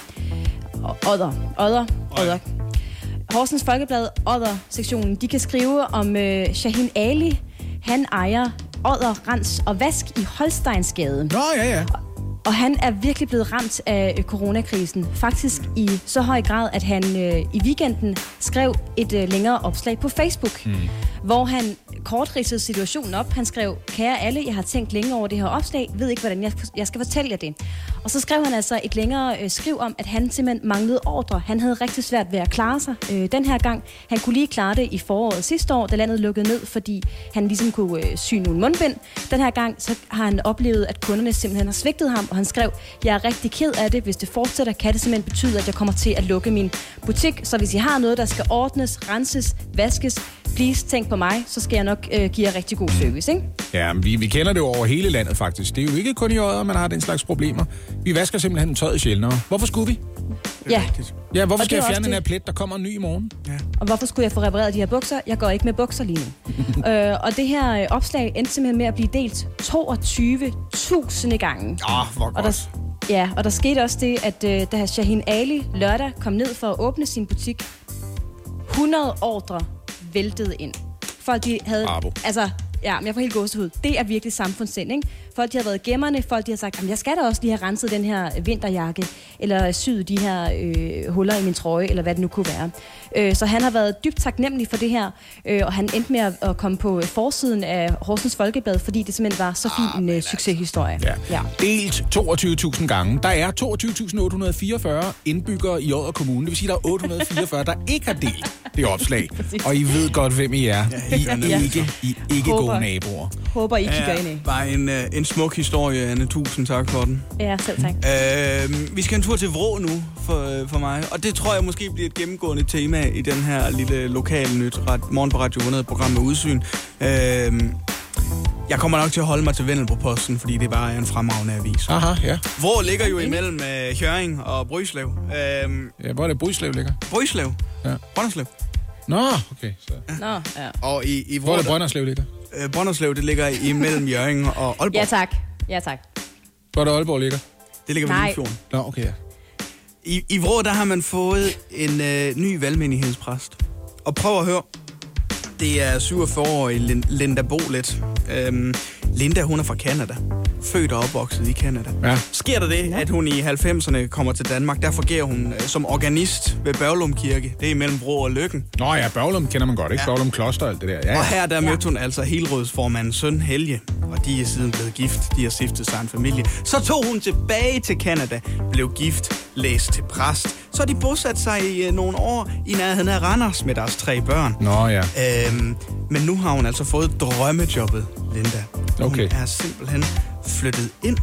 Speaker 3: kanter. Odder. Horsens Folkeblad, Odder-sektionen. De kan skrive om Shahin Ali. Han ejer Odder, Rens og Vask i Holsteinsgade.
Speaker 4: Nå, ja.
Speaker 3: Og han er virkelig blevet ramt af coronakrisen. Faktisk i så høj grad, at han i weekenden skrev et længere opslag på Facebook, hvor han kort ridsede situationen op. Han skrev, kære alle, jeg har tænkt længe over det her opslag, ved ikke, hvordan jeg skal fortælle jer det. Og så skrev han altså et længere skriv om, at han simpelthen manglede ordre. Han havde rigtig svært ved at klare sig den her gang. Han kunne lige klare det i foråret sidste år, da landet lukkede ned, fordi han ligesom kunne sy nogle mundbind. Den her gang så har han oplevet, at kunderne simpelthen har svigtet ham, og han skrev, jeg er rigtig ked af det. Hvis det fortsætter, kan det simpelthen betyde, at jeg kommer til at lukke min butik. Så hvis I har noget, der skal ordnes, renses, vaskes, please tænk på mig, så skal jeg nok give jer rigtig god service, ikke?
Speaker 4: Ja, men vi kender det jo over hele landet faktisk. Det er jo ikke kun i Odder, man har den slags problemer. Vi vasker simpelthen tøjet sjældnere. Hvorfor skulle vi? Ja, hvorfor skal jeg fjerne den her plet, der kommer en ny i morgen? Ja.
Speaker 3: Og hvorfor skulle jeg få repareret de her bukser? Jeg går ikke med bukser lige nu. Og det her opslag endte simpelthen med at blive delt 22.000 gange.
Speaker 4: Hvor godt.
Speaker 3: Og der skete også det, at da Shahin Ali lørdag kom ned for at åbne sin butik, 100 ordre væltede ind. Folk, de havde... Altså, ja, men jeg får helt gåsehud. Det er virkelig samfundssind, ikke? Folk, de har været gemmerne. Folk, de har sagt, jeg skal da også lige have renset den her vinterjakke, eller syet de her huller i min trøje, eller hvad det nu kunne være. Så han har været dybt taknemmelig for det her, og han endte med at komme på forsiden af Horsens Folkeblad, fordi det simpelthen var så fin en succeshistorie.
Speaker 4: Ja. Delt 22.000 gange. Der er 22.844 indbyggere i Odder Kommune. Det vil sige, der er 844, der ikke har delt det opslag. Og I ved godt, hvem I er. I er ikke gode naboer.
Speaker 3: Håber, I kigger ind i.
Speaker 2: Bare en smuk historie, Anne. Tusind tak for den.
Speaker 3: Ja, selv tak.
Speaker 2: Vi skal en tur til Vrå nu for mig. Og det tror jeg måske bliver et gennemgående tema i den her lille lokale nyt morgen på Radio 100-program med udsyn. Jeg kommer nok til at holde mig til Vendelboposten, fordi det bare er en fremragende avis.
Speaker 4: Aha, ja.
Speaker 2: Vrå ligger jo imellem Hjørring og Bryslev.
Speaker 4: Hvor er det Bryslev ligger?
Speaker 2: Bryslev? Ja. Brønderslev.
Speaker 4: Nå, okay. Så.
Speaker 3: Ja. Nå, ja.
Speaker 2: Og i
Speaker 4: hvor er det Brønderslev ligger?
Speaker 2: Brønderslev, det ligger imellem Hjørring og Aalborg.
Speaker 3: Ja, tak.
Speaker 4: Hvor er det Aalborg ligger? Det
Speaker 2: ligger ved Limfjorden.
Speaker 4: Nå, okay, ja.
Speaker 2: I Vrå, der har man fået en ny valgmenighedspræst. Og prøv at høre. Det er 47-årige Linda Bolet. Linda, hun er fra Canada. Født og opvokset i Canada. Ja. Sker der det, at hun i 90'erne kommer til Danmark, der fungerer hun som organist ved Børglum Kirke. Det er imellem Vrå og Løkken.
Speaker 4: Nå ja, Børglum kender man godt, ikke? Ja. Børglum Kloster og alt det der. Ja.
Speaker 2: Og her der mødte hun altså helrådsformandens søn Helge. Og de er siden blevet gift. De har stiftet sig en familie. Så tog hun tilbage til Canada, blev gift, læst til præst. Så de bosat sig i nogle år i nærheden af Randers med deres 3 børn.
Speaker 4: Nå ja.
Speaker 2: Men nu har hun altså fået drømmejobbet, Linda.
Speaker 4: Okay.
Speaker 2: Hun er simpelthen flyttet ind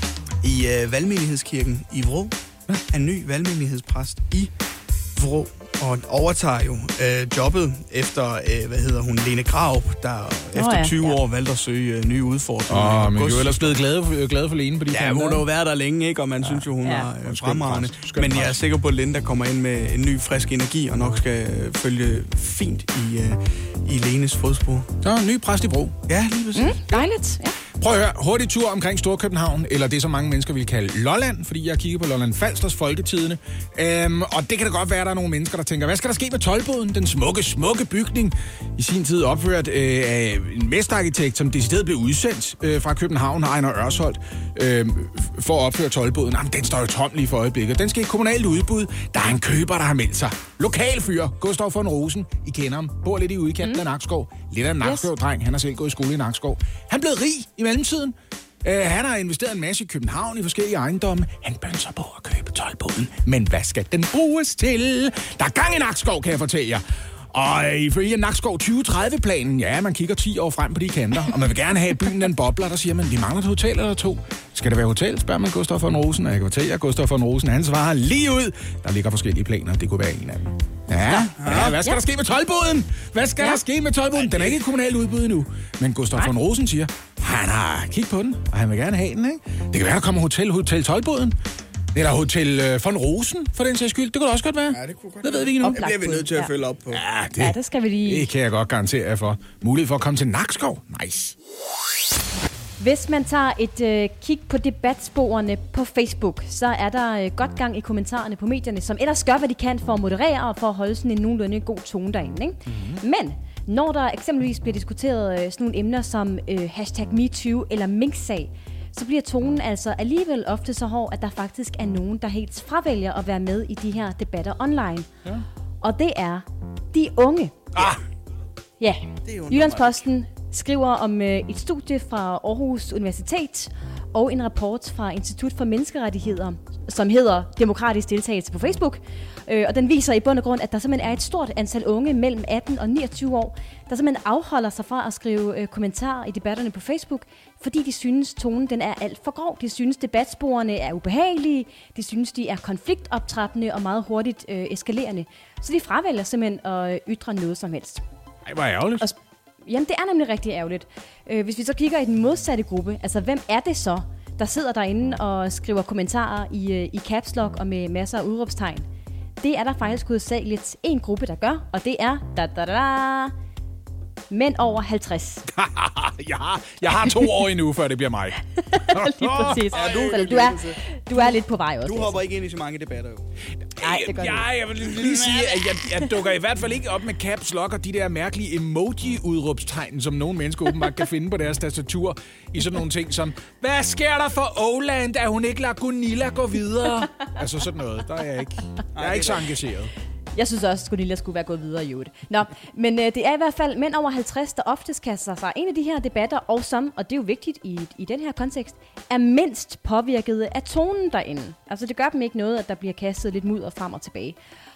Speaker 2: i valgmenighedskirken i Vrå. En ny valgmenighedspræst i Vrå. Og overtager jo jobbet efter, Lene Krarup, der efter 20 år valgte at søge nye udfordringer.
Speaker 4: Men jo ellers blevet glad for Lene på de kanter.
Speaker 2: Ja, hun har jo været der længe, ikke? Og man synes jo, hun er fremragende. Men jeg er sikker på, at Linda kommer ind med en ny, frisk energi, og nok skal følge fint i Lenes fodspor.
Speaker 4: Så en ny præst i Bro.
Speaker 2: Ja, lige præcis.
Speaker 3: Dejligt, ja.
Speaker 4: Prøv at høre, hurtig tur omkring Storkøbenhavn, eller det, som mange mennesker vil kalde Lolland, fordi jeg kigger på Lolland Falsters Folketidende. Og det kan da godt være, at der er nogle mennesker, der tænker, hvad skal der ske med toldboden? Den smukke bygning, i sin tid opført af en mesterarkitekt, som decideret blev udsendt fra København, Ejner Ørsholt, for at opføre toldboden. Jamen, den står jo tom lige for øjeblikket. Den skal i kommunalt udbud. Der er en køber, der har meldt sig. Lokal fyr, Gustav von Rosen, I kender ham, bor lidt i udkanten af Nakskov. Lidt af en Nakskov-dreng, han har selv gået i skole i Nakskov. Han blev rig i mellemtiden. Han har investeret en masse i København i forskellige ejendomme. Han bønser på at købe toldboden. Men hvad skal den bruges til? Der er gang i Nakskov, kan jeg fortælle jer. Og ifølge Nakskov 2030-planen, ja, man kigger 10 år frem på de kanter, og man vil gerne have byen, den bobler, der siger man, vi mangler et hotel eller to. Skal det være hotel, spørger man Gustav von Rosen, og jeg kan fortælle jer, Gustav von Rosen, han svarer lige ud. Der ligger forskellige planer, det kunne være en af dem. Ja, hvad skal der ske med toldboden? Hvad skal der ske med toldboden? Den er ikke i kommunalt udbud endnu. Men Gustav von Rosen siger, han har kigget på den, og han vil gerne have den, ikke? Det kan være, der kommer hotel toldboden. Eller Hotel von Rosen, for den sags skyld. Det kunne det også godt være.
Speaker 2: Ja, det kunne godt.
Speaker 4: Det ved vi ikke nu.
Speaker 2: Det bliver vi nødt til at følge op på.
Speaker 3: Ja, det skal vi lige.
Speaker 4: Det kan jeg godt garantere jer for. Mulighed for at komme til Nakskov. Nice.
Speaker 3: Hvis man tager et kig på debatsporene på Facebook, så er der godt gang i kommentarerne på medierne, som ellers gør, hvad de kan for at moderere og for at holde sådan en nogenlunde god tone derinde. Ikke? Mm-hmm. Men når der eksempelvis bliver diskuteret sådan nogle emner som #MeToo eller Mink-sag, så bliver tonen altså alligevel ofte så hård, at der faktisk er nogen, der helt fravælger at være med i de her debatter online. Ja. Og det er de unge. Ja, Jyllandsposten skriver om et studie fra Aarhus Universitet og en rapport fra Institut for Menneskerettigheder, som hedder Demokratisk Deltagelse på Facebook. Og den viser i bund og grund, at der simpelthen er et stort antal unge mellem 18 og 29 år, der simpelthen afholder sig fra at skrive kommentarer i debatterne på Facebook, fordi de synes, tonen den er alt for grov. De synes, debatsporene er ubehagelige. De synes, de er konfliktoptrappende og meget hurtigt eskalerende. Så de fravælger simpelthen at ytre noget som helst.
Speaker 4: Ej, hvor ærgerligt.
Speaker 3: Jamen, det er nemlig rigtig ærgerligt. Hvis vi så kigger i den modsatte gruppe, altså hvem er det så, der sidder derinde og skriver kommentarer i caps lock og med masser af udråbstegn? Det er der faktisk hovedsageligt en gruppe, der gør, og det er mænd over 50.
Speaker 4: jeg har 2 år endnu, før det bliver mig.
Speaker 3: Lige præcis. Du er lidt på vej også.
Speaker 2: Du hopper ikke ind i så mange debatter, jo.
Speaker 3: Nej, det gør du.
Speaker 4: Jeg vil lige sige, at jeg dukker i hvert fald ikke op med caps lock og de der mærkelige emoji-udråbstegn, som nogle mennesker åbenbart kan finde på deres tastatur, i sådan nogle ting som, hvad sker der for Oland, at hun ikke lader Gunilla gå videre? Altså sådan noget, der er jeg ikke. Jeg er ikke så engageret.
Speaker 3: Jeg synes også, at Gunilla skulle være gået videre i øvrigt. Nå, men det er i hvert fald mænd over 50, der oftest kaster sig en af de her debatter, og som, og det er jo vigtigt i den her kontekst, er mindst påvirket af tonen derinde. Altså det gør dem ikke noget, at der bliver kastet lidt mudder frem og tilbage.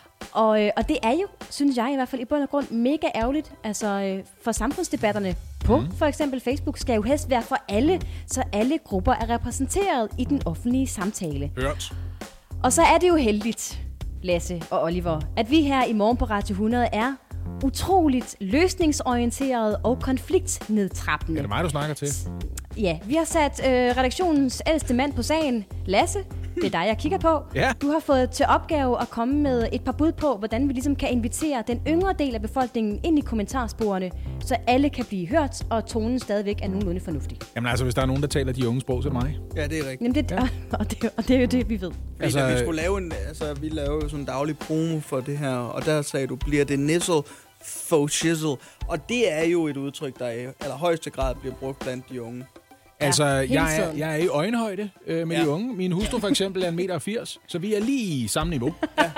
Speaker 3: Og det er jo, synes jeg i hvert fald i bund og grund, mega ærgerligt. Altså for samfundsdebatterne på for eksempel Facebook skal jo helst være for alle, så alle grupper er repræsenteret i den offentlige samtale.
Speaker 4: Hørt.
Speaker 3: Og så er det jo heldigt, Lasse og Oliver, at vi her i Morgen på Radio 100 er utroligt løsningsorienteret og konfliktnedtrappende.
Speaker 4: Er det mig, du snakker til?
Speaker 3: Ja, vi har sat redaktionens ældste mand på sagen, Lasse. Det er dig, jeg kigger på.
Speaker 4: Ja.
Speaker 3: Du har fået til opgave at komme med et par bud på, hvordan vi ligesom kan invitere den yngre del af befolkningen ind i kommentarsporene, så alle kan blive hørt, og tonen stadigvæk er nogenlunde fornuftig.
Speaker 4: Jamen altså, hvis der er nogen, der taler de unge sprog, så er det mig.
Speaker 2: Ja, det er rigtigt.
Speaker 3: Jamen, og det er jo det, vi ved.
Speaker 2: Altså, vi skulle lave vi lavede sådan en daglig promo for det her, og der sagde du, bliver det nissel faux shizzle. Og det er jo et udtryk, der i allerhøjeste grad bliver brugt blandt de unge.
Speaker 4: Altså, jeg er i øjenhøjde med de unge. Min hustru for eksempel er 1,80 meter, så vi er lige i samme niveau.
Speaker 2: Ja.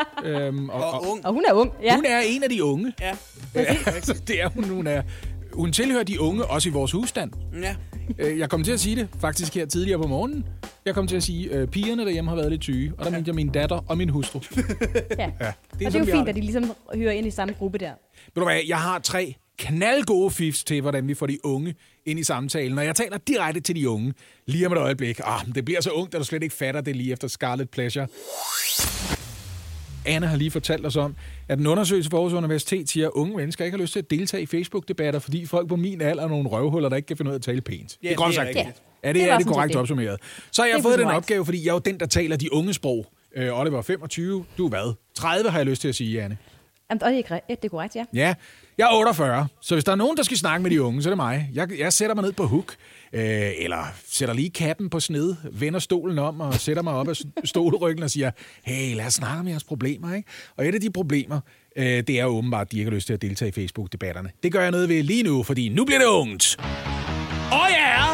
Speaker 3: Og hun er ung. Ja.
Speaker 4: Hun er en af de unge.
Speaker 2: Ja.
Speaker 4: Det er hun er. Hun tilhører de unge, også i vores husstand.
Speaker 2: Ja.
Speaker 4: Jeg kom til at sige det faktisk her tidligere på morgenen. Jeg kom til at sige, at pigerne derhjemme har været lidt syge, og der mente jeg min datter og min hustru.
Speaker 3: Ja. Det er jo fint, at de ligesom hører ind i samme gruppe der.
Speaker 4: Ved du hvad, jeg har 3 knaldgode fifs til, hvordan vi får de unge ind i samtalen. Og jeg taler direkte til de unge lige om et øjeblik. Det bliver så ungt, at du slet ikke fatter det lige efter Scarlet Pleasure. Anne har lige fortalt os om, at en undersøgelse for Aarhus Universitet siger, at unge mennesker ikke har lyst til at deltage i Facebook-debatter, fordi folk på min alder er nogle røvhuller, der ikke kan finde ud af at tale pænt.
Speaker 2: Ja,
Speaker 4: det er godt sagt.
Speaker 3: Ja.
Speaker 4: Er det korrekt opsummeret? Så har jeg fået den opgave, fordi jeg er jo den, der taler de unge sprog. Oliver, 25. Du er hvad? 30 har jeg lyst til at sige, Anne.
Speaker 3: Jamen, det er korrekt, ja.
Speaker 4: Ja, jeg er 48, så hvis der er nogen, der skal snakke med de unge, så er det mig. Jeg sætter mig ned på hook, eller sætter lige kappen på sned, vender stolen om og sætter mig op af stolryggen og siger, hey, lad os snakke om jeres problemer, ikke? Og et af de problemer, det er åbenbart, at de ikke har lyst til at deltage i Facebook-debatterne. Det gør jeg noget ved lige nu, fordi nu bliver det ungt. Ja!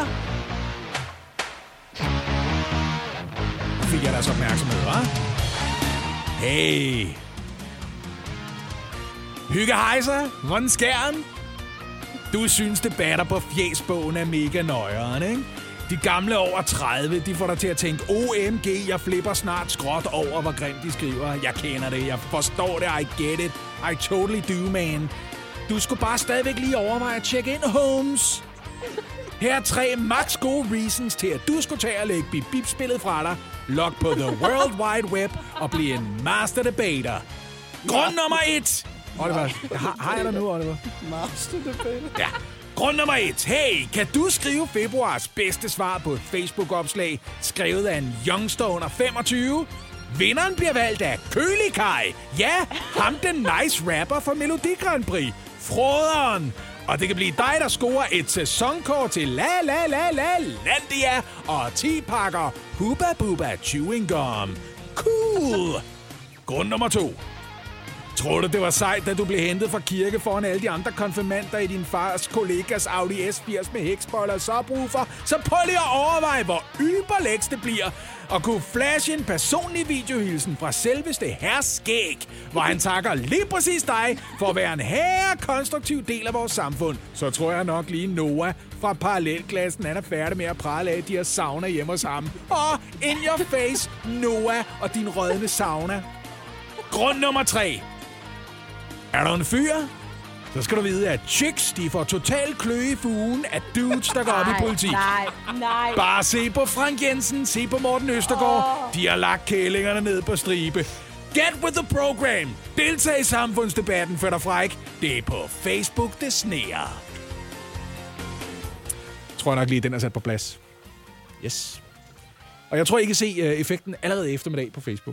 Speaker 4: Fik jeg deres opmærksomhed, hva'? Hey! Hygge hejser, hvordan skæren? Du synes, debatter på Fjesbogen er mega nøjeren, ikke? De gamle over 30, de får dig til at tænke, OMG, jeg flipper snart skråt over, hvor grimt de skriver. Jeg kender det, jeg forstår det, I get it, I totally do, man. Du skulle bare stadigvæk lige overveje at check in, Holmes. Her er 3 max gode reasons til, at du skulle tage og lægge bip-bip-spillet fra dig, log på The World Wide Web og blive en master debater. Grund nummer 1. Oliver, har jeg dig nu, Oliver?
Speaker 2: Master debater.
Speaker 4: Ja. Grund nummer 1. Hey, kan du skrive februars bedste svar på et Facebook-opslag, skrevet af en youngster under 25? Vinderen bliver valgt af Kølikaj. Ja, ham den nice rapper for Melodi Grand Prix. Froderen. Og det kan blive dig, der scorer et sæsonkort til Landia og 10 pakker Hubba Bubba Chewing Gum. Cool. Grund nummer 2. Tror du, det var sejt, da du blev hentet fra kirke foran alle de andre konfirmander i din fars kollegas Audi S80 med hækspoiler og subwoofer? Så prøv lige at overveje, hvor yberlæks det bliver at kunne flashe en personlig videohilsen fra selveste Herr Skæg, hvor han takker lige præcis dig for at være en konstruktiv del af vores samfund. Så tror jeg nok lige Noah fra parallelklassen, han er færdig med at prale af, at de har sauna hjemme hos ham. In your face, Noah og din rødne sauna. Grund nummer 3. Er du en fyr? Så skal du vide, at chicks, de får total kløe i fugen af dudes, der går op i politik.
Speaker 3: Nej.
Speaker 4: Bare se på Frank Jensen, se på Morten Østergaard. De har lagt kællingerne ned på stribe. Get with the program. Deltag i samfundsdebatten, før der fræk. Det er på Facebook, det sneer. Tror jeg nok lige, den er sat på plads. Yes. Og jeg tror, I kan se effekten allerede eftermiddag på Facebook.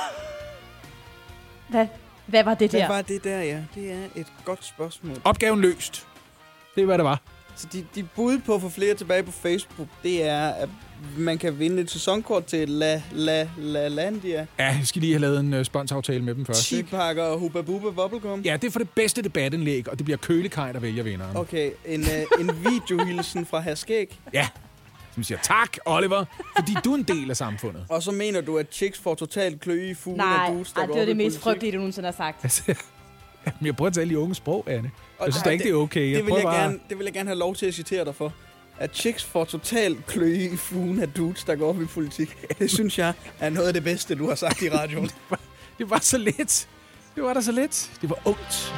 Speaker 3: Hvad var det der?
Speaker 2: Hvad var det der, ja? Det er et godt spørgsmål.
Speaker 4: Opgaven løst. Det er, hvad det var.
Speaker 2: Så de bud på at få flere tilbage på Facebook, det er, at man kan vinde et sæsonkort til Landia.
Speaker 4: Ja, jeg skal lige have lavet en sponsoraftale med dem først.
Speaker 2: 10 pakker og Hubba Bubba Bubblegum.
Speaker 4: Ja, det er for det bedste debatindlæg, og det bliver Kølikaj, der vælger vinderen.
Speaker 2: Okay, en videohilsen fra Herr Skæg.
Speaker 4: Ja, som siger tak, Oliver, fordi du er en del af samfundet.
Speaker 2: Og så mener du, at chicks får totalt kløe i fugen af dudes, der går op i politik?
Speaker 3: det er det mest frygtelige, du nogensinde har sagt.
Speaker 4: Men jeg prøver at tale i unge sprog, Anne. Jeg synes da ikke, det er okay.
Speaker 2: Det vil jeg gerne have lov til at citere dig for. At chicks får totalt kløe i fugen af dudes, der går op i politik. Det synes jeg er noget af det bedste, du har sagt i radioen.
Speaker 4: Det var så lidt. Det var da så lidt. Det var ungt.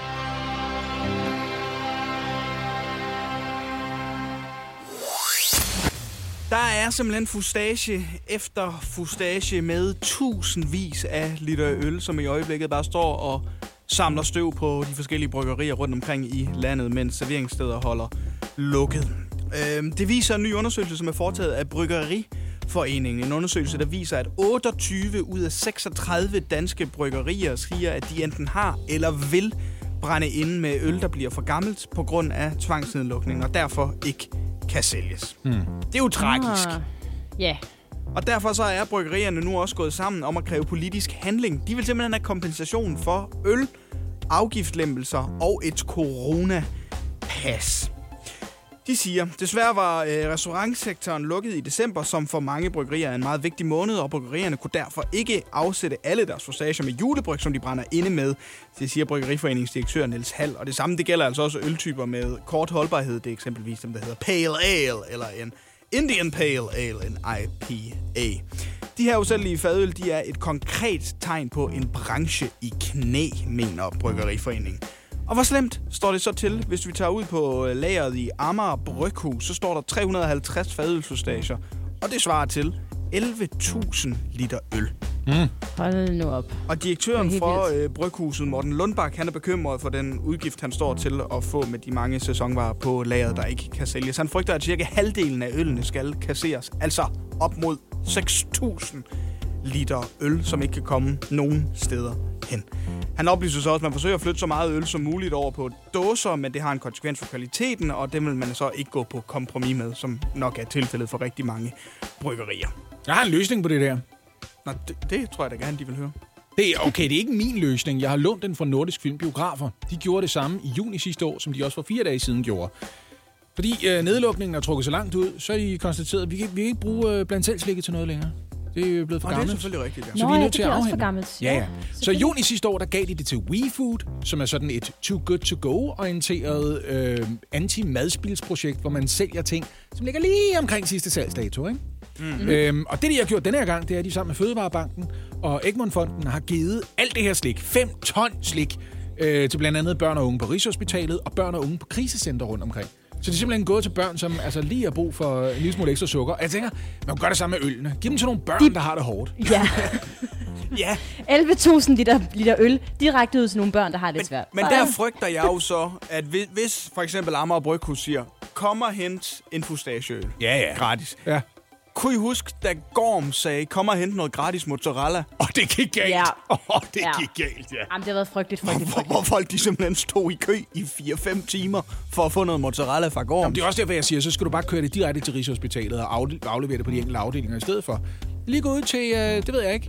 Speaker 2: Der er simpelthen fustage efter fustage med tusindvis af liter øl, som i øjeblikket bare står og samler støv på de forskellige bryggerier rundt omkring i landet, mens serveringssteder holder lukket. Det viser en ny undersøgelse, som er foretaget af Bryggeriforeningen. En undersøgelse, der viser, at 28 ud af 36 danske bryggerier siger, at de enten har eller vil brænde inde med øl, der bliver for gammelt på grund af tvangsnedlukning, og derfor ikke kan sælges. Det er jo tragisk.
Speaker 3: Ja.
Speaker 2: Og derfor så er bryggerierne nu også gået sammen om at kræve politisk handling. De vil simpelthen have kompensation for øl, afgiftslempelser og et coronapas. De siger, desværre var restaurantsektoren lukket i december, som for mange bryggerier er en meget vigtig måned, og bryggerierne kunne derfor ikke afsætte alle deres fustager med julebryg, som de brænder inde med. Det siger Bryggeriforeningsdirektør Niels Hall, og det samme det gælder altså også øltyper med kort holdbarhed. Det er eksempelvis dem, der hedder Pale Ale, eller en Indian Pale Ale, en IPA. De her usælgelige fadøl, de er et konkret tegn på en branche i knæ, mener Bryggeriforeningen. Og hvor slemt står det så til, hvis vi tager ud på lageret i Amager Bryghus, så står der 350 fadølsfustager, og det svarer til 11.000 liter øl.
Speaker 3: Hold nu op.
Speaker 2: Og direktøren for bryghuset, Morten Lundbak, han er bekymret for den udgift, han står til at få med de mange sæsonvarer på lageret, der ikke kan sælges. Han frygter, at cirka halvdelen af ølene skal kasseres. Altså op mod 6.000 liter øl, som ikke kan komme nogen steder hen. Han oplyser så også, at man forsøger at flytte så meget øl som muligt over på dåser, men det har en konsekvens for kvaliteten, og det vil man så ikke gå på kompromis med, som nok er tilfældet for rigtig mange bryggerier.
Speaker 4: Jeg har en løsning på det der.
Speaker 2: Nå, det tror jeg da gerne, de vil høre.
Speaker 4: Det er ikke min løsning. Jeg har lånt den fra Nordisk Film Biografer. De gjorde det samme i juni sidste år, som de også for 4 dage siden gjorde. Fordi nedlukningen er trukket så langt ud, så er de konstateret, at vi kan ikke bruge blandt selv slikket til noget længere. Det er blevet for gammelt.
Speaker 2: Det er selvfølgelig rigtigt, ja.
Speaker 4: Så vi er nødt til at
Speaker 3: afhente.
Speaker 4: For gammelt. Ja. Så i juni sidste år, der gav de det til WeFood, som er sådan et too good to go-orienteret anti-madspilsprojekt, hvor man sælger ting, som ligger lige omkring sidste salgsdato, ikke? Mm-hmm. Og det, de har gjort denne her gang, det er, at de sammen med Fødevarebanken og Egmont-fonden har givet alt det her slik, 5 ton slik, til blandt andet børn og unge på Rigshospitalet og børn og unge på krisecenter rundt omkring. Så det er simpelthen gået til børn, som altså lige har brug for en lille smule ekstra sukker. Og jeg tænker, man kan gøre det samme med ølene. Giv dem til nogle børn, der har det hårdt.
Speaker 3: Ja.
Speaker 2: Ja.
Speaker 3: 11.000 liter øl direkte ud til nogle børn, der har det svært.
Speaker 2: Men der frygter jeg jo så, at hvis for eksempel Amager Bryghus siger, kom og hent en fustageøl gratis.
Speaker 4: Ja.
Speaker 2: Kunne I huske, da Gorm sagde, kom og hente noget gratis mozzarella?
Speaker 4: Det gik galt.
Speaker 3: Ja.
Speaker 4: Det gik galt, ja.
Speaker 3: Jamen, det har været frygteligt.
Speaker 2: Hvor folk de simpelthen stod i kø i 4-5 timer for at få noget mozzarella fra Gorm.
Speaker 4: Det er også derfor, jeg siger, så skal du bare køre det direkte til Rigshospitalet og aflevere det på de enkelte afdelinger i stedet for. Lige gå ud til, det ved jeg ikke,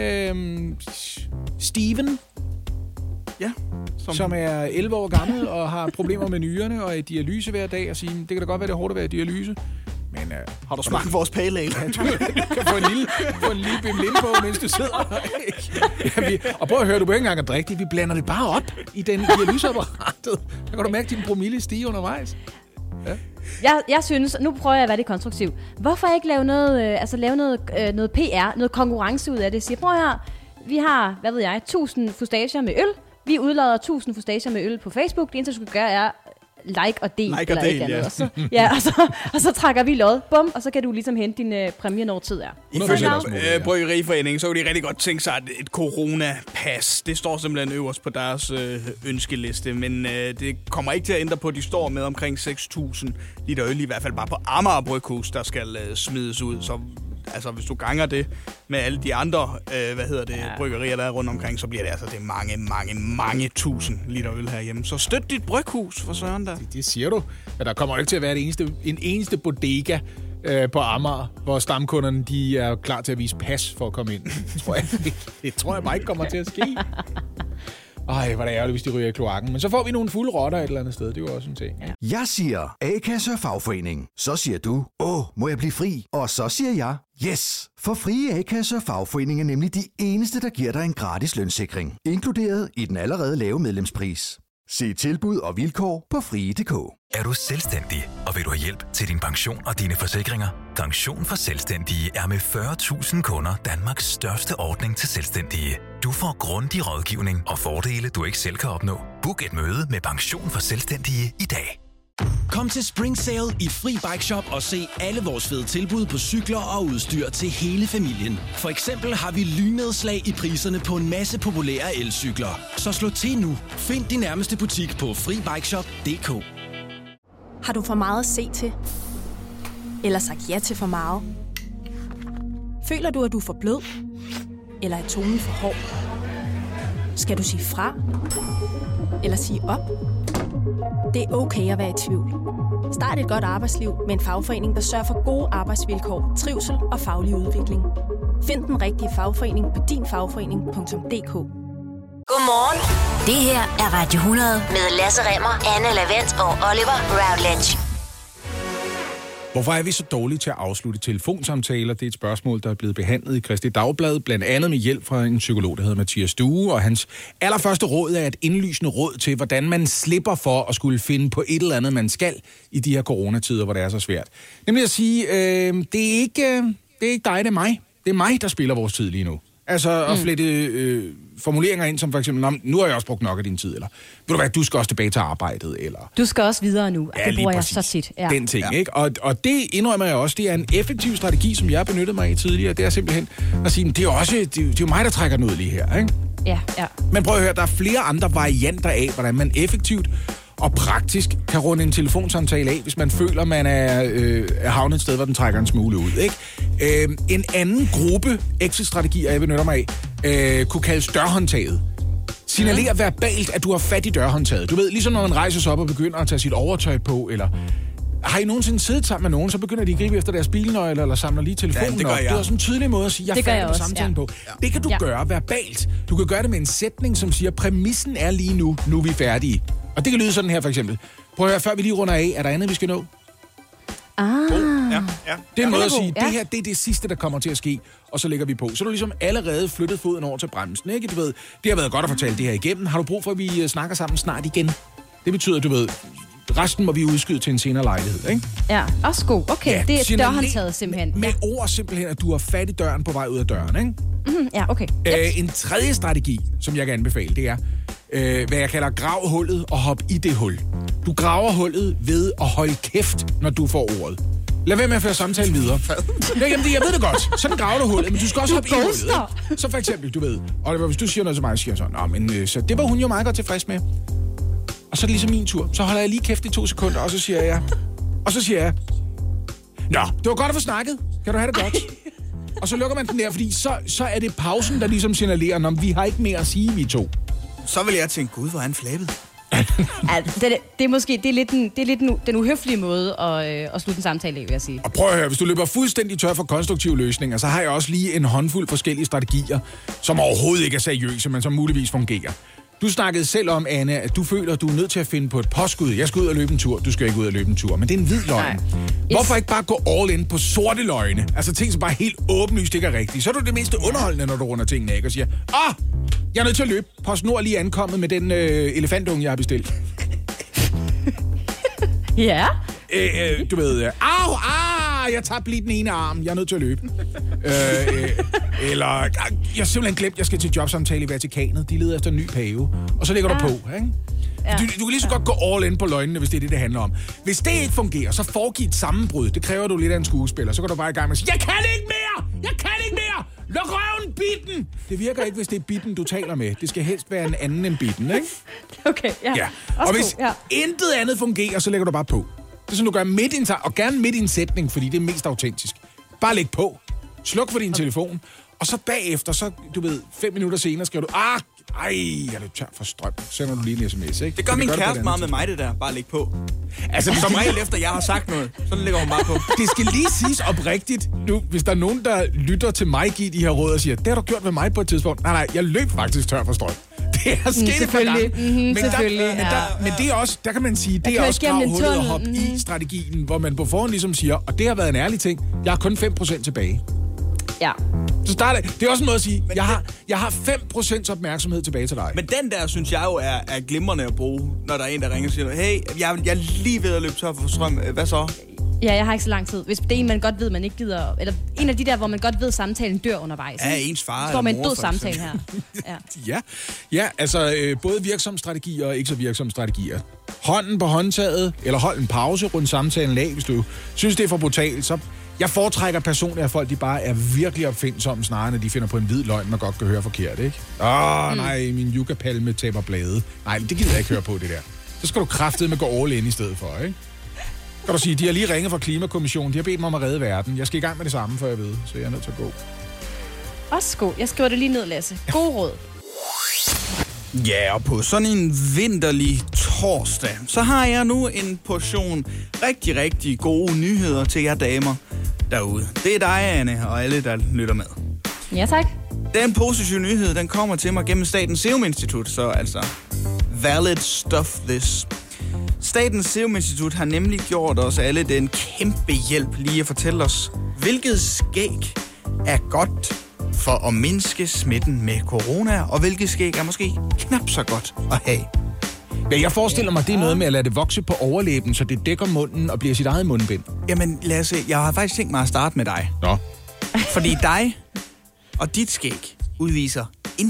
Speaker 4: Steven.
Speaker 2: Ja.
Speaker 4: Som er 11 år gammel og har problemer med nyrerne og er i dialyse hver dag og sige, det kan da godt være, det er hårdt at være i dialyse. Men
Speaker 2: har du smagt vores pale ale?
Speaker 4: Ja, du kan få en lille bimlinde på, mens du sidder. Og prøv at høre, du behøver ikke engang at drikke det. Vi blander det bare op i den dialyseapparatet. Der kan du mærke, din promille stige undervejs.
Speaker 3: Ja. Jeg synes, nu prøver jeg at være lidt konstruktiv. Hvorfor ikke lave noget PR, noget konkurrence ud af det? Sige, prøv her, vi har, 1000 fustager med øl. Vi udlader 1000 fustager med øl på Facebook. Det eneste, du skal gøre, er like og del. Og så trækker vi lod. Bum, og så kan du ligesom hente din præmie, når tid er.
Speaker 2: Ifølge Bryggeriforeningen, så kunne de rigtig godt tænke sig et coronapas. Det står simpelthen øverst på deres ønskeliste, men det kommer ikke til at ændre på, at de står med omkring 6.000 liter øl, i hvert fald bare på Amager Bryghus, der skal smides ud. Så altså, hvis du ganger det med alle de andre, bryggerier, der er rundt omkring, så bliver det altså det mange tusind liter øl herhjemme. Så støt dit bryghus, for søren da. Det
Speaker 4: siger du. Men der kommer ikke til at være en eneste bodega på Amager, hvor stamkunderne de er klar til at vise pas for at komme ind. Det tror jeg bare ikke kommer til at ske. Ej, hvor er det ærgerligt, hvis de ryger i kloakken. Men så får vi nogle fulde rotter et eller andet sted. Det er jo også en ting. Ja.
Speaker 5: Jeg siger A-kasse og fagforening. Så siger du, må jeg blive fri? Og så siger jeg, yes! For frie A-kasse og fagforening er nemlig de eneste, der giver dig en gratis lønssikring. Inkluderet i den allerede lave medlemspris. Se tilbud og vilkår på frie.dk.
Speaker 6: Er du selvstændig, og vil du have hjælp til din pension og dine forsikringer? Pension for Selvstændige er med 40.000 kunder Danmarks største ordning til selvstændige. Du får grundig rådgivning og fordele, du ikke selv kan opnå. Book et møde med Pension for Selvstændige i dag.
Speaker 7: Kom til Spring Sale i Fri Bike Shop og se alle vores fede tilbud på cykler og udstyr til hele familien. For eksempel har vi lynedslag i priserne på en masse populære elcykler. Så slå til nu. Find din nærmeste butik på FriBikeShop.dk.
Speaker 8: Har du for meget at se til? Eller sagt ja til for meget? Føler du, at du er for blød? Eller er tonen for hård? Skal du sige fra? Eller sige op? Det er okay at være i tvivl. Start et godt arbejdsliv med en fagforening, der sørger for gode arbejdsvilkår, trivsel og faglig udvikling. Find den rigtige fagforening på dinfagforening.dk.
Speaker 1: Godmorgen. Det her er Radio 100 med Lasse Remmer, Anne Lavent og Oliver Routledge.
Speaker 4: Hvorfor er vi så dårlige til at afslutte telefonsamtaler? Det er et spørgsmål, der er blevet behandlet i Kristi Dagblad, blandt andet med hjælp fra en psykolog, der hedder Mathias Due, og hans allerførste råd er et indlysende råd til, hvordan man slipper for at skulle finde på et eller andet, man skal i de her coronatider, hvor det er så svært. Nemlig at sige, det er ikke dig, det er mig. Det er mig, der spiller vores tid lige nu. Altså at formuleringer ind, som for eksempel, nu har jeg også brugt nok af din tid, eller ved du hvad, du skal også tilbage til arbejdet, eller...
Speaker 3: Du skal også videre nu,
Speaker 4: ja,
Speaker 3: det bruger jeg så tit. Ja.
Speaker 4: Den ting, ikke? Og det indrømmer jeg også, det er en effektiv strategi, som jeg benyttede mig af tidligere, det er simpelthen at sige, det er jo mig, der trækker den ud lige her, ikke?
Speaker 3: Ja.
Speaker 4: Men prøv at høre, der er flere andre varianter af, hvordan man effektivt og praktisk kan runde en telefonsamtale af, hvis man føler, man er havnet et sted, hvor den trækker en smule ud. Ikke? En anden gruppe exit-strategier, jeg benytter mig af, kunne kaldes dørhåndtaget. Signalerer verbalt, at du har fat i dørhåndtaget. Du ved, ligesom når man rejser sig op og begynder at tage sit overtøj på, eller... Har I nogensinde siddet sammen med nogen, så begynder de at gribe efter deres bilnøgler, eller samler lige telefonen op. Det er sådan en tydelig måde at sige, jeg er færdig med samtalen på. Det kan du gøre verbalt. Du kan gøre det med en sætning, som siger, præmissen er lige nu, nu er vi færdige. Og det kan lyde sådan her for eksempel. Prøv at høre, før vi lige runder af, er der andet, vi skal nå?
Speaker 3: Ja.
Speaker 4: Det er en måde at sige, det her, det er det sidste, der kommer til at ske, og så lægger vi på. Så er du ligesom allerede flyttet foden over til bremsen, ikke? Du ved, det har været godt at fortælle det her igennem. Har du brug for, at vi snakker sammen snart igen? Det betyder, du ved, resten må vi udskyde til en senere lejlighed, ikke?
Speaker 3: Ja, også god. Okay, ja, det er dørhåndtaget simpelthen.
Speaker 4: Med ord simpelthen, at du har fat i døren på vej ud af døren, ikke?
Speaker 3: Ja, okay.
Speaker 4: En tredje strategi, som jeg kan anbefale, det er, hvad jeg kalder grav hullet og hop i det hul. Du graver hullet ved at holde kæft, når du får ordet. Lad være med at føre samtalen videre. Jamen, jeg ved det godt. Sådan graver du hullet, men du skal også hoppe i hullet. Ikke? Så for eksempel, du ved, og hvis du siger noget til mig, så siger jeg sådan, så det var hun jo meget godt tilfreds med. Og så er det ligesom min tur. Så holder jeg lige kæft i 2 sekunder, og så siger jeg... Nå, det var godt at få snakket. Kan du have det godt? Og så lukker man den der, fordi så er det pausen, der ligesom signalerer, om vi har ikke mere at sige, vi to.
Speaker 2: Så vil jeg tænke, gud, hvor er han flabet.
Speaker 3: Det er lidt den uhøflige måde at slutte en samtale af, vil jeg sige.
Speaker 4: Og prøv at høre, hvis du løber fuldstændig tør for konstruktive løsninger, så har jeg også lige en håndfuld forskellige strategier, som overhovedet ikke er seriøse, men som muligvis fungerer. Du snakkede selv om, Anne, at du føler, at du er nødt til at finde på et påskud. Jeg skal ud og løbe en tur, du skal ikke ud og løbe en tur. Men det er en hvid løgn. Hvorfor ikke bare gå all in på sorte løgne? Altså ting, som bare helt åbenlyst ikke er rigtige. Så er du det mindste underholdende, når du runder tingene af og siger, jeg er nødt til at løbe. PostNord er lige ankommet med den elefantunge, jeg har bestilt.
Speaker 3: Ja.
Speaker 4: Du ved, jeg tabte lige den ene arm, jeg er nødt til at løbe. Eller, jeg har simpelthen glemt, jeg skal til jobsamtale i Vatikanet. De leder efter en ny pave. Og så ligger du på, ikke? Ja. Du kan lige så godt gå all in på løgnene, hvis det er det handler om. Hvis det ikke fungerer, så foregiv et sammenbrud. Det kræver du lidt af en skuespiller. Så går du bare i gang med at sige, jeg kan ikke mere! Jeg kan ikke mere! Luk røven, bitten! Det virker ikke, hvis det er bitten, du taler med. Det skal helst være en anden end bitten, ikke?
Speaker 3: Okay, ja.
Speaker 4: Og hvis intet andet fungerer, så lægger du bare på. Det er sådan, du gør midt i en, og gerne midt i en sætning, fordi det er mest autentisk. Bare læg på. Sluk for din telefon. Og så bagefter, så, du ved, 5 minutter senere skriver du, jeg er lidt tør for strøm. Så sender du lige en sms, ikke?
Speaker 2: Det gør min kæreste meget med mig, det der. Bare læg på. Altså, som regel efter, jeg har sagt noget, så lægger hun bare på.
Speaker 4: Det skal lige siges oprigtigt. Nu, hvis der er nogen, der lytter til mig, give de her råd og siger, det har du gjort med mig på et tidspunkt. Nej, jeg løb faktisk tør for strøm. Det er sket for gang. Men det er også, der kan man sige, det er også gravhullet at hoppe i strategien, hvor man på forhånd ligesom siger, og det har været en ærlig ting, jeg har kun 5% tilbage.
Speaker 3: Ja.
Speaker 4: Så starter det er også en måde at sige, jeg har 5% opmærksomhed tilbage til dig.
Speaker 2: Men den der, synes jeg jo, er glimrende at bruge, når der er en, der ringer og siger, hey, jeg er lige ved at løbe tør for strøm. Hvad så?
Speaker 3: Ja, jeg har ikke så lang tid. Hvis det er en, man godt ved, man ikke gider... Eller en af de der, hvor man godt ved, samtalen dør undervejs.
Speaker 2: Ja, ens far
Speaker 3: eller mor, med en død samtale her.
Speaker 4: Ja, altså både virksomme strategier og ikke så virksomme strategier. Hånden på håndtaget, eller hold en pause rundt samtalen af, hvis du synes, det er for brutalt, så... Jeg foretrækker personligt, at folk de bare er virkelig opfindsomme, snarere end de finder på en hvid løgn, man godt kan høre forkert, ikke? Nej, min yucca-palme taber blade. Nej, det gider jeg ikke høre på, det der. Så skal du kraftedeme gå all in i stedet for, ikke? Kan du sige, de har lige ringet fra Klimakommissionen, de har bedt mig om at redde verden. Jeg skal i gang med det samme, før jeg ved, så jeg er nødt til at gå.
Speaker 3: Også god. Jeg skriver det lige ned, Lasse. God råd.
Speaker 2: Ja, og på sådan en vinterlig torsdag, så har jeg nu en portion rigtig, rigtig gode nyheder til jer damer derude. Det er dig, Anne, og alle, der lytter med.
Speaker 3: Ja, tak.
Speaker 2: Den positive nyhed, den kommer til mig gennem Statens Serum Institut, så altså valid stuff this. Statens Serum Institut har nemlig gjort os alle den kæmpe hjælp lige at fortælle os, hvilket skæg er godt for at mindske smitten med corona, og hvilket skæg er måske knap så godt at have.
Speaker 4: Ja, jeg forestiller mig, det er noget med at lade det vokse på overlæben, så det dækker munden og bliver sit eget mundbind.
Speaker 2: Jamen, Lasse, jeg har faktisk tænkt mig at starte med dig.
Speaker 4: Nå.
Speaker 2: Fordi dig og dit skæg udviser intet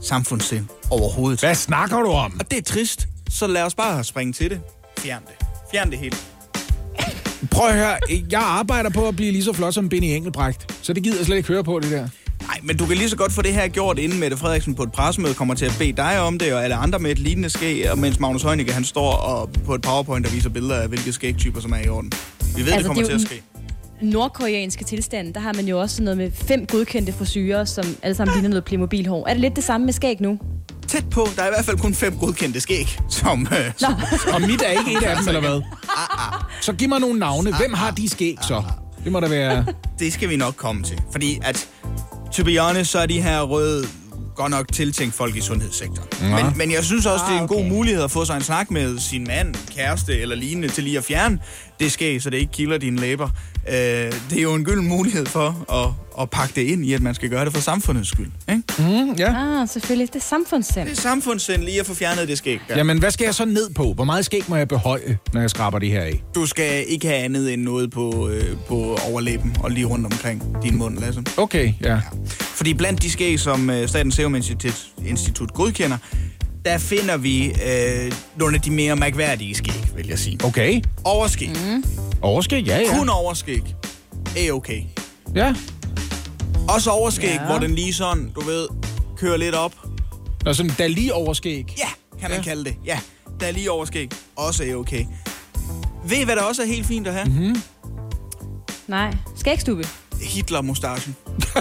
Speaker 2: samfundssind overhovedet.
Speaker 4: Hvad snakker du om?
Speaker 2: Og det er trist, så lad os bare springe til det. Fjern det helt.
Speaker 4: Prøv at høre, jeg arbejder på at blive lige så flot som Benny Engelbrecht, så det gider jeg slet ikke høre på, det der.
Speaker 2: Nej, men du kan lige så godt få det her gjort, inden Mette Frederiksen på et pressemøde kommer til at bede dig om det, og alle andre med et lignende skæg, og mens Magnus Heunicke, han står og på et PowerPoint, der viser billeder af, hvilke skægtyper, som er i orden. Vi ved, det kommer til at ske.
Speaker 3: Nordkoreanske tilstand, der har man jo også sådan noget med 5 godkendte frisyrer, som alle sammen ligner noget Playmobil-hår. Er det lidt det samme med skæg nu?
Speaker 2: Tæt på. Der er i hvert fald kun 5 godkendte skæg, som...
Speaker 4: Og mit er ikke et af dem, eller hvad? Så giv mig nogle navne. Hvem har de skæg så? Det må der være...
Speaker 2: Det skal vi nok komme til. Fordi at, to be honest, så er de her røde godt nok tiltænkt folk i sundhedssektoren. Ja. Men jeg synes også, det er en god mulighed at få sig en snak med sin mand, kæreste eller lignende til lige at fjerne det skæg, så det ikke kilder dine læber. Det er jo en gylden mulighed for at pakke det ind i, at man skal gøre det for samfundets skyld. Ikke?
Speaker 3: Ja. Selvfølgelig. Det er samfundssind.
Speaker 2: Det er samfundssind lige at få fjernet det skæg. Ja.
Speaker 4: Jamen, hvad skal jeg så ned på? Hvor meget skæg må jeg behøje, når jeg skraber det her af?
Speaker 2: Du skal ikke have andet end noget på overlæben og lige rundt omkring din mund, Lasse.
Speaker 4: Okay, ja.
Speaker 2: Fordi blandt de skæg, som Statens Serum Institut godkender, der finder vi nogle af de mere mærkværdige skæg, vil jeg sige.
Speaker 4: Okay.
Speaker 2: Overskæg.
Speaker 4: Overskæg, ja.
Speaker 2: Kun overskæg. Okay.
Speaker 4: Ja.
Speaker 2: Også overskæg, hvor den lige sådan, du ved, kører lidt op.
Speaker 4: Nå, sådan der lige overskæg.
Speaker 2: Ja, kan man kalde det. Ja, der er lige overskæg. Også okay. Ved I, hvad der også er helt fint at have?
Speaker 4: Mm-hmm.
Speaker 3: Nej. Skægstube.
Speaker 2: Hitler-mustachen.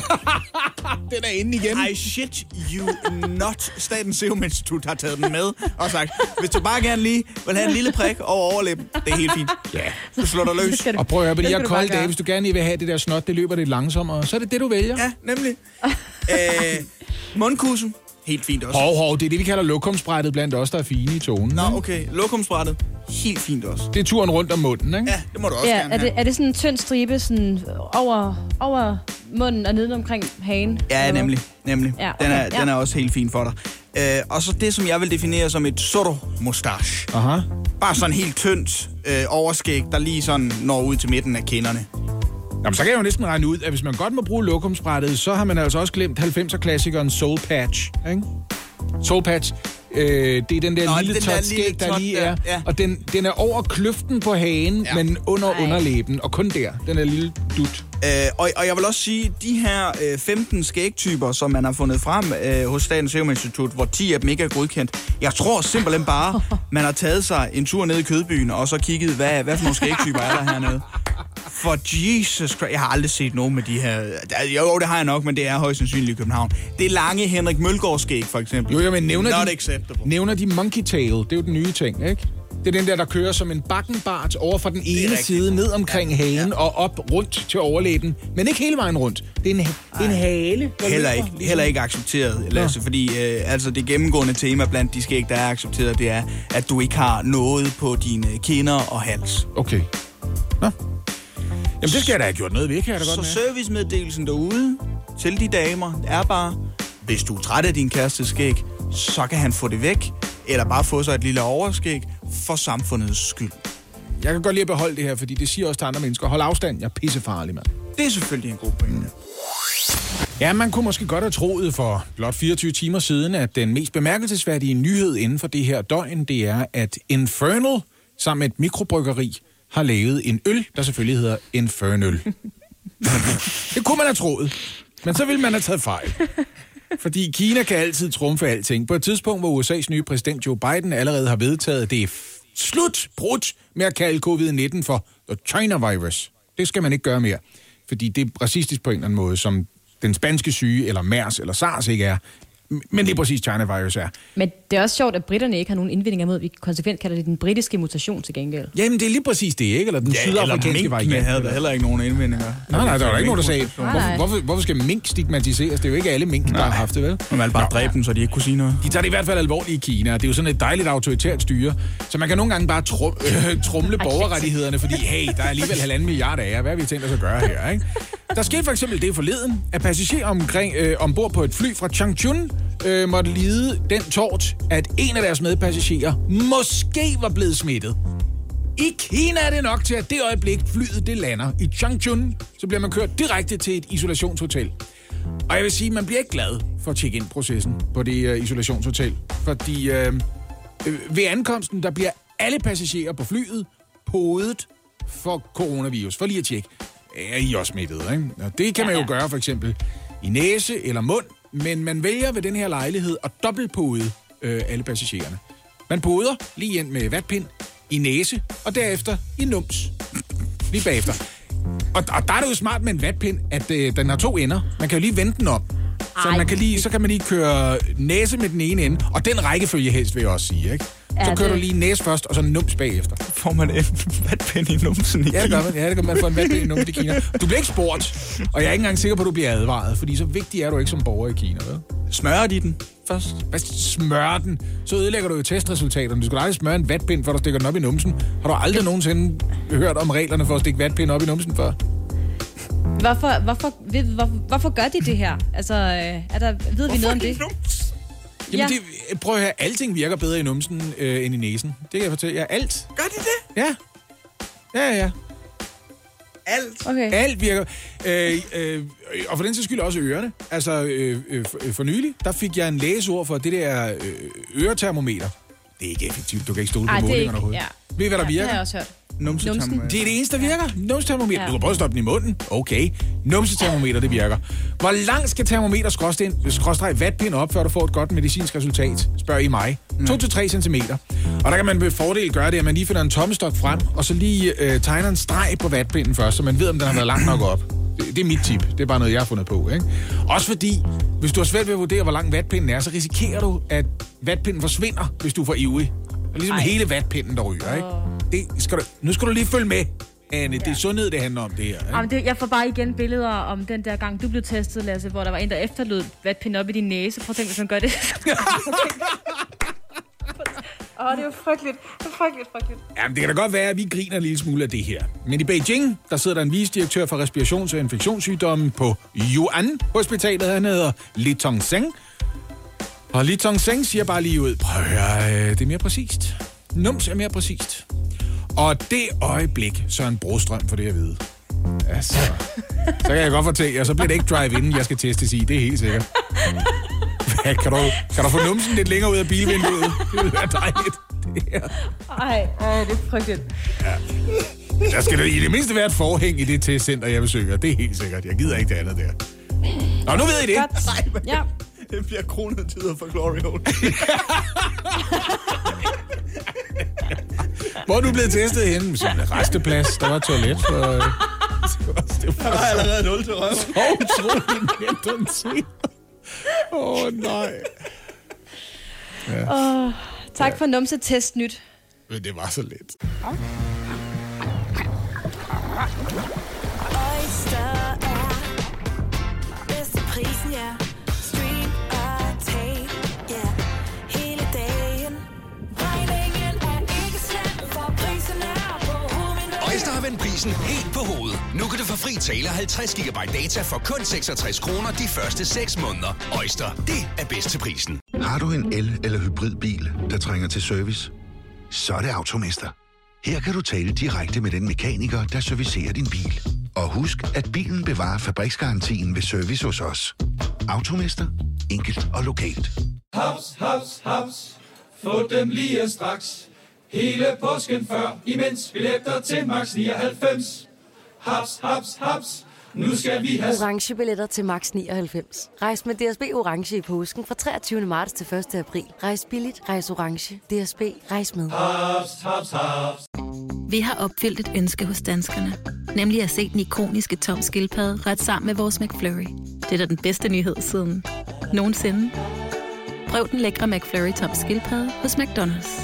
Speaker 4: Den er inde igen.
Speaker 2: I shit you not. Statens Serum Institut har taget den med og sagt, hvis du bare gerne lige vil have en lille prik over overlæben, det er helt fint. Ja. Så slår dig løs.
Speaker 4: Og prøv at høre på de her kolde dage, hvis du gerne lige vil have det der snot, det løber lidt langsommere, så er det det, du vælger.
Speaker 2: Ja, nemlig. Mundkussen. Helt fint også.
Speaker 4: Hov, det er det, vi kalder lokumsbrættet blandt os, der er fine i tonen.
Speaker 2: Nå, okay. Lokumsbrættet. Helt fint også.
Speaker 4: Det er turen rundt om munden, ikke?
Speaker 2: Ja, det må du også gerne have.
Speaker 3: Er det sådan en tynd stribe sådan over munden og nede omkring hagen?
Speaker 2: Ja, nemlig. Ja, okay, den er også helt fin for dig. Og så det, som jeg vil definere som et Zorro-mustache.
Speaker 4: Aha.
Speaker 2: Bare sådan helt tyndt overskæg, der lige sådan når ud til midten af kinderne.
Speaker 4: Jamen, så kan jeg jo næsten regne ud, at hvis man godt må bruge lokumsbrættet, så har man altså også glemt 90'er-klassikeren Soul Patch, ikke? Soul Patch, det er den der lille tot skæg, der lige er. Ja. Og den er over kløften på hagen, men under underlæben, og kun der. Den er lille dut.
Speaker 2: Og jeg vil også sige, de her 15 skægtyper, som man har fundet frem hos Statens Serum Institut, hvor 10 af dem ikke er godkendt. Jeg tror simpelthen bare, man har taget sig en tur ned i Kødbyen, og så kigget, hvad for nogle skægtyper er der hernede. For Jesus Christ, jeg har aldrig set nogen med de her... Jo, det har jeg nok, men det er højst sandsynligt i København. Det er lange Henrik Mølgaard-skæg, for eksempel.
Speaker 4: Jo, men nævner de monkey tail, det er jo den nye ting, ikke? Det er den der kører som en bakkenbart over fra den ene side, ned omkring hagen og op rundt til overlæben. Men ikke hele vejen rundt. Det er en hale.
Speaker 2: Heller ikke accepteret, Lasse, fordi altså det gennemgående tema blandt de skæg, der er accepteret, det er, at du ikke har noget på dine kinder og hals.
Speaker 4: Okay. Nå. Jamen, det skal jeg da have gjort noget ved, kan jeg da godt med.
Speaker 2: Så servicemeddelelsen derude til de damer er bare, hvis du er træt af din kærestes skæg, så kan han få det væk, eller bare få sig et lille overskæg for samfundets skyld.
Speaker 4: Jeg kan godt lide at beholde det her, fordi det siger også til andre mennesker, hold afstand, jeg er pissefarlig, mand.
Speaker 2: Det er selvfølgelig en god pointe.
Speaker 4: Ja, man kunne måske godt have troet for blot 24 timer siden, at den mest bemærkelsesværdige nyhed inden for det her døgn, det er, at Infernal sammen med et mikrobryggeri har lavet en øl, der selvfølgelig hedder Infernal. Det kunne man have troet, men så ville man have taget fejl. Fordi Kina kan altid trumfe alting. På et tidspunkt, hvor USA's nye præsident Joe Biden allerede har vedtaget, at det er brudt med at kalde covid-19 for the China virus. Det skal man ikke gøre mere, fordi det er racistisk på en eller anden måde, som den spanske syge, eller MERS, eller SARS ikke er. Men det er præcis China virus er.
Speaker 3: Men det er også sjovt, at britterne ikke har nogen indvendinger mod, vi konsekvent kalder det den britiske mutation til gengæld.
Speaker 4: Jamen, det er lige præcis det, ikke? Eller den sydafrikanske variant.
Speaker 2: Eller havde der heller ikke nogen indvendinger.
Speaker 4: Nej, der var ikke nogen, der sagde, hvorfor skal mink stigmatiseres? Det er jo ikke alle mink, der har haft det, vel?
Speaker 2: Man bare dræbe dem, så de ikke kunne sige noget.
Speaker 4: De tager det i hvert fald alvorligt i Kina. Det er jo sådan et dejligt autoritært styre. Så man kan nogle gange bare trumle borgerrettighederne, fordi hey, der er alligevel 1,5 milliard af jer. Hvad har vi tænkt os at gøre her, ikke? Der skete for eksempel det forleden, at passagerer ombord på et fly fra Changchun måtte lide den tort, at en af deres medpassagerer måske var blevet smittet. I Kina er det nok til, at det øjeblik flyet det lander i Changchun, så bliver man kørt direkte til et isolationshotel. Og jeg vil sige, at man bliver ikke glad for check-in-processen på det isolationshotel. Fordi ved ankomsten, der bliver alle passagerer på flyet podet for coronavirus. For lige at tjekke, er I også smittet? Ikke? Og det kan man jo gøre for eksempel i næse eller mund. Men man vælger ved den her lejlighed at dobbeltpode alle passagererne. Man poder lige ind med vatpind i næse, og derefter i nums. Lige bagefter. Og der er det jo smart med en vatpind, at den har 2 ender. Man kan jo lige vende den om. Så kan man lige køre næse med den ene ende. Og den rækkefølge helst, vil jeg også sige, ikke? Så kører du lige næse først, og så nums bagefter.
Speaker 2: Får man en vatpind i numsen i Kina?
Speaker 4: Ja, det kan man få en vatpind i numsen i Kina. Du bliver ikke spurgt, og jeg er ikke engang sikker på, at du bliver advaret, fordi så vigtig er du ikke som borger i Kina, vel?
Speaker 2: Smører de den først?
Speaker 4: Hvad smører den? Så ødelægger du jo testresultaterne. Du skal aldrig smøre en vatpind, før du stikker den op i numsen. Har du aldrig nogensinde hørt om reglerne for at stikke vatpind op i numsen før?
Speaker 3: Hvorfor gør de det her? Altså, ved vi noget om det?
Speaker 4: Jamen, prøv at høre, alting virker bedre i numsen end i næsen. Det kan jeg fortælle jer. Alt.
Speaker 2: Gør de det?
Speaker 4: Ja.
Speaker 2: Alt?
Speaker 3: Okay.
Speaker 4: Alt virker. Og for den sags skyld også ørerne. Altså, for nylig, der fik jeg en læseord for det der øretermometer. Det er ikke effektivt. Du kan ikke stole på målingerne overhovedet. Ja. Ved I, hvad der virker?
Speaker 3: Det har jeg også hørt.
Speaker 2: Numsetermometer.
Speaker 4: Det er det eneste, der virker. Numsetermometer. Du kan prøve at stoppe den i munden. Okay. Numsetermometer, det virker. Hvor langt skal termometer skråstreg vatpind op, før du får et godt medicinsk resultat? Spørger I mig. 2-3 centimeter. Og der kan man med fordel gøre det, at man lige finder en tommestok frem, og så lige tegner en streg på vatpinden først, så man ved, om den har været langt nok op. Det er mit tip. Det er bare noget, jeg har fundet på, ikke? Også fordi, hvis du har svært ved at vurdere, hvor lang vatpinden er, så risikerer du, at vatpinden forsvinder, hvis du får ivrig. Og ligesom hele vatpinden, der ryger, ikke? Nu skal du lige følge med, Anne. Det er sundhed, det handler om det her.
Speaker 3: Jamen, jeg får bare igen billeder om den der gang, du blev testet, Lasse, hvor der var en, der efterlod vatpinden op i din næse. Prøv at tænke, hvis man gør det. Det er jo frygteligt.
Speaker 4: Jamen, det kan da godt være, at vi griner en lille smule af det her. Men i Beijing, der sidder der en vicedirektør for respirations- og infektionssygdomme på Yuan-hospitalet. Han hedder Li Tongzheng. Og Li Tongzheng siger bare lige ud, prøv at høre, det er mere præcist. Nums er mere præcist. Og det øjeblik, så en Brostrøm for det at vide. Altså, så kan jeg godt fortælle jer, så bliver det ikke drive-in, jeg skal testes i, det er helt sikkert. Hvad, kan du få numsen lidt længere ud af bilvinduet? Det vil være dejligt.
Speaker 3: Ej, det er frygteligt.
Speaker 4: Ja. Der skal i det mindste være et forhæng i det testcenter, jeg besøger. Det er helt sikkert. Jeg gider ikke det andet der. Nå, nu ved I det.
Speaker 3: Nej, ja.
Speaker 2: Det bliver kronetider for Glory Hole.
Speaker 4: Hvor er du blevet testet henne? Sådan en resteplads. Der var et toilet for...
Speaker 2: Der var allerede 0 til røv.
Speaker 4: Så utroligt. Nej.
Speaker 3: Ja. Tak for numsetest nyt.
Speaker 4: Men det var så let.
Speaker 7: Oyster har vendt prisen helt på hovedet. Nu kan du få fri tale 50 GB data for kun 66 kroner de første 6 måneder. Oyster, det er bedst til prisen.
Speaker 5: Har du en el- eller hybridbil, der trænger til service? Så er det Automester. Her kan du tale direkte med den mekaniker, der servicerer din bil. Og husk, at bilen bevarer fabriksgarantien ved service hos os. Automester. Enkelt og lokalt.
Speaker 9: Haps, haps, haps. Få dem lige straks. Hele påsken før, imens billetter til max 99. Haps, haps, haps. Nu skal vi have
Speaker 10: orange billetter til max 99. Rejs med DSB Orange i påsken fra 23. marts til 1. april. Rejs billigt, rejs orange. DSB, rejs med.
Speaker 9: haps, haps, haps.
Speaker 11: Vi har opfyldt et ønske hos danskerne. Nemlig at se den ikoniske Tom Skildpadde ret sammen med vores McFlurry. Det er da den bedste nyhed siden nogensinde. Prøv den lækre McFlurry Tom Skildpadde hos McDonald's.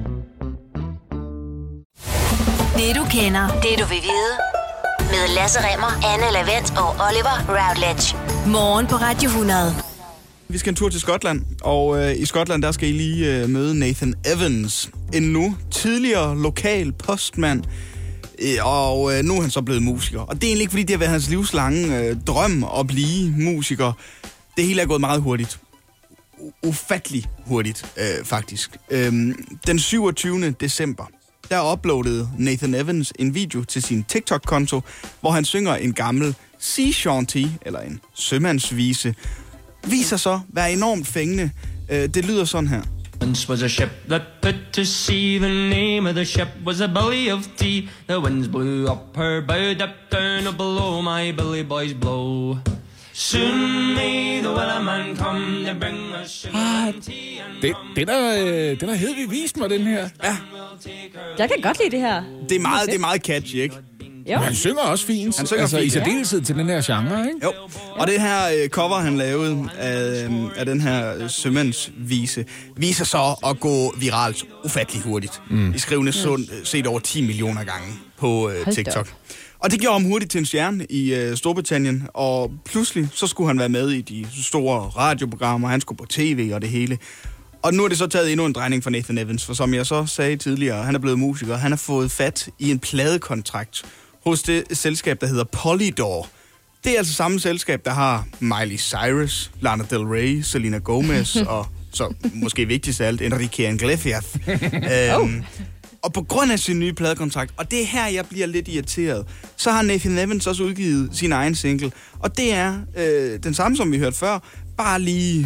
Speaker 1: Det du kender, det du vil vide. Med Lasse Remmer, Anne Lavent og Oliver Routledge. Morgen på Radio 100.
Speaker 2: Vi skal en tur til Skotland, og i Skotland der skal I lige møde Nathan Evans. En nu tidligere lokal postmand, og nu er han så blevet musiker. Og det er egentlig ikke, fordi det har været hans livslange drøm at blive musiker. Det hele er gået meget hurtigt. Ufattelig hurtigt, faktisk. Den 27. december, der uploadede Nathan Evans en video til sin TikTok-konto, hvor han synger en gammel sea shanty, eller en sømandsvise, viser så være enormt fængende. Det lyder sådan her.
Speaker 12: Once was a ship that put to sea. The name of the ship was a Billy of Tea. The winds blew up her bow, up down or below. My Billy boys blow. Soon may the wellerman come to bring us sugar and tea and rum.
Speaker 4: Den er hed vist mig, den her.
Speaker 2: Ja.
Speaker 3: Jeg kan godt lide det her.
Speaker 2: Det er meget catchy, ikke?
Speaker 3: Jo.
Speaker 4: Men han synger også fint.
Speaker 2: Han synger fint,
Speaker 4: i særdeleshed til den her genre, ikke?
Speaker 2: Jo. Og det her cover, han lavede af den her sømandsvise, viser så at gå viralt ufattelig hurtigt. I skrivende set over 10 millioner gange på TikTok. Og det gjorde ham hurtigt til en stjerne i Storbritannien, og pludselig så skulle han være med i de store radioprogrammer, han skulle på tv og det hele. Og nu er det så taget endnu en drejning for Nathan Evans, for som jeg så sagde tidligere, han er blevet musiker, han har fået fat i en pladekontrakt hos det selskab, der hedder Polydor. Det er altså samme selskab, der har Miley Cyrus, Lana Del Rey, Selena Gomez og så måske vigtigst af alt, Enrique Iglesias. Og på grund af sin nye pladekontrakt, og det er her, jeg bliver lidt irriteret, så har Nathan Evans også udgivet sin egen single. Og det er den samme, som vi hørte før, bare lige,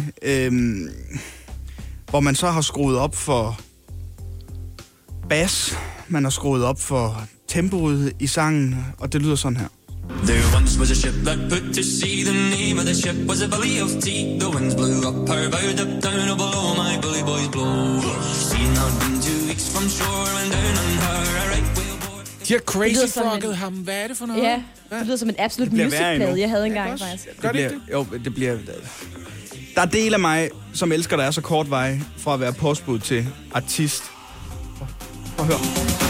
Speaker 2: hvor man så har skruet op for bass, man har skruet op for tempoet i sangen, og det lyder sådan her.
Speaker 12: There once was a ship that put to sea. The name of the ship was a Billy of Tea. The winds blew up her bow, up down or below. My Billy boys blow. Seen not been 2 weeks from shore and down on her a right whale board.
Speaker 4: De har crazy frogget ham. Hvad er det for noget?
Speaker 3: Ja, det lyder som en absolut music-plade, jeg havde engang faktisk.
Speaker 2: Gør det ikke det? Jo, det bliver... Der er del af mig, som elsker, der er så kort vej fra at være postbud til artist. Prøv at høre.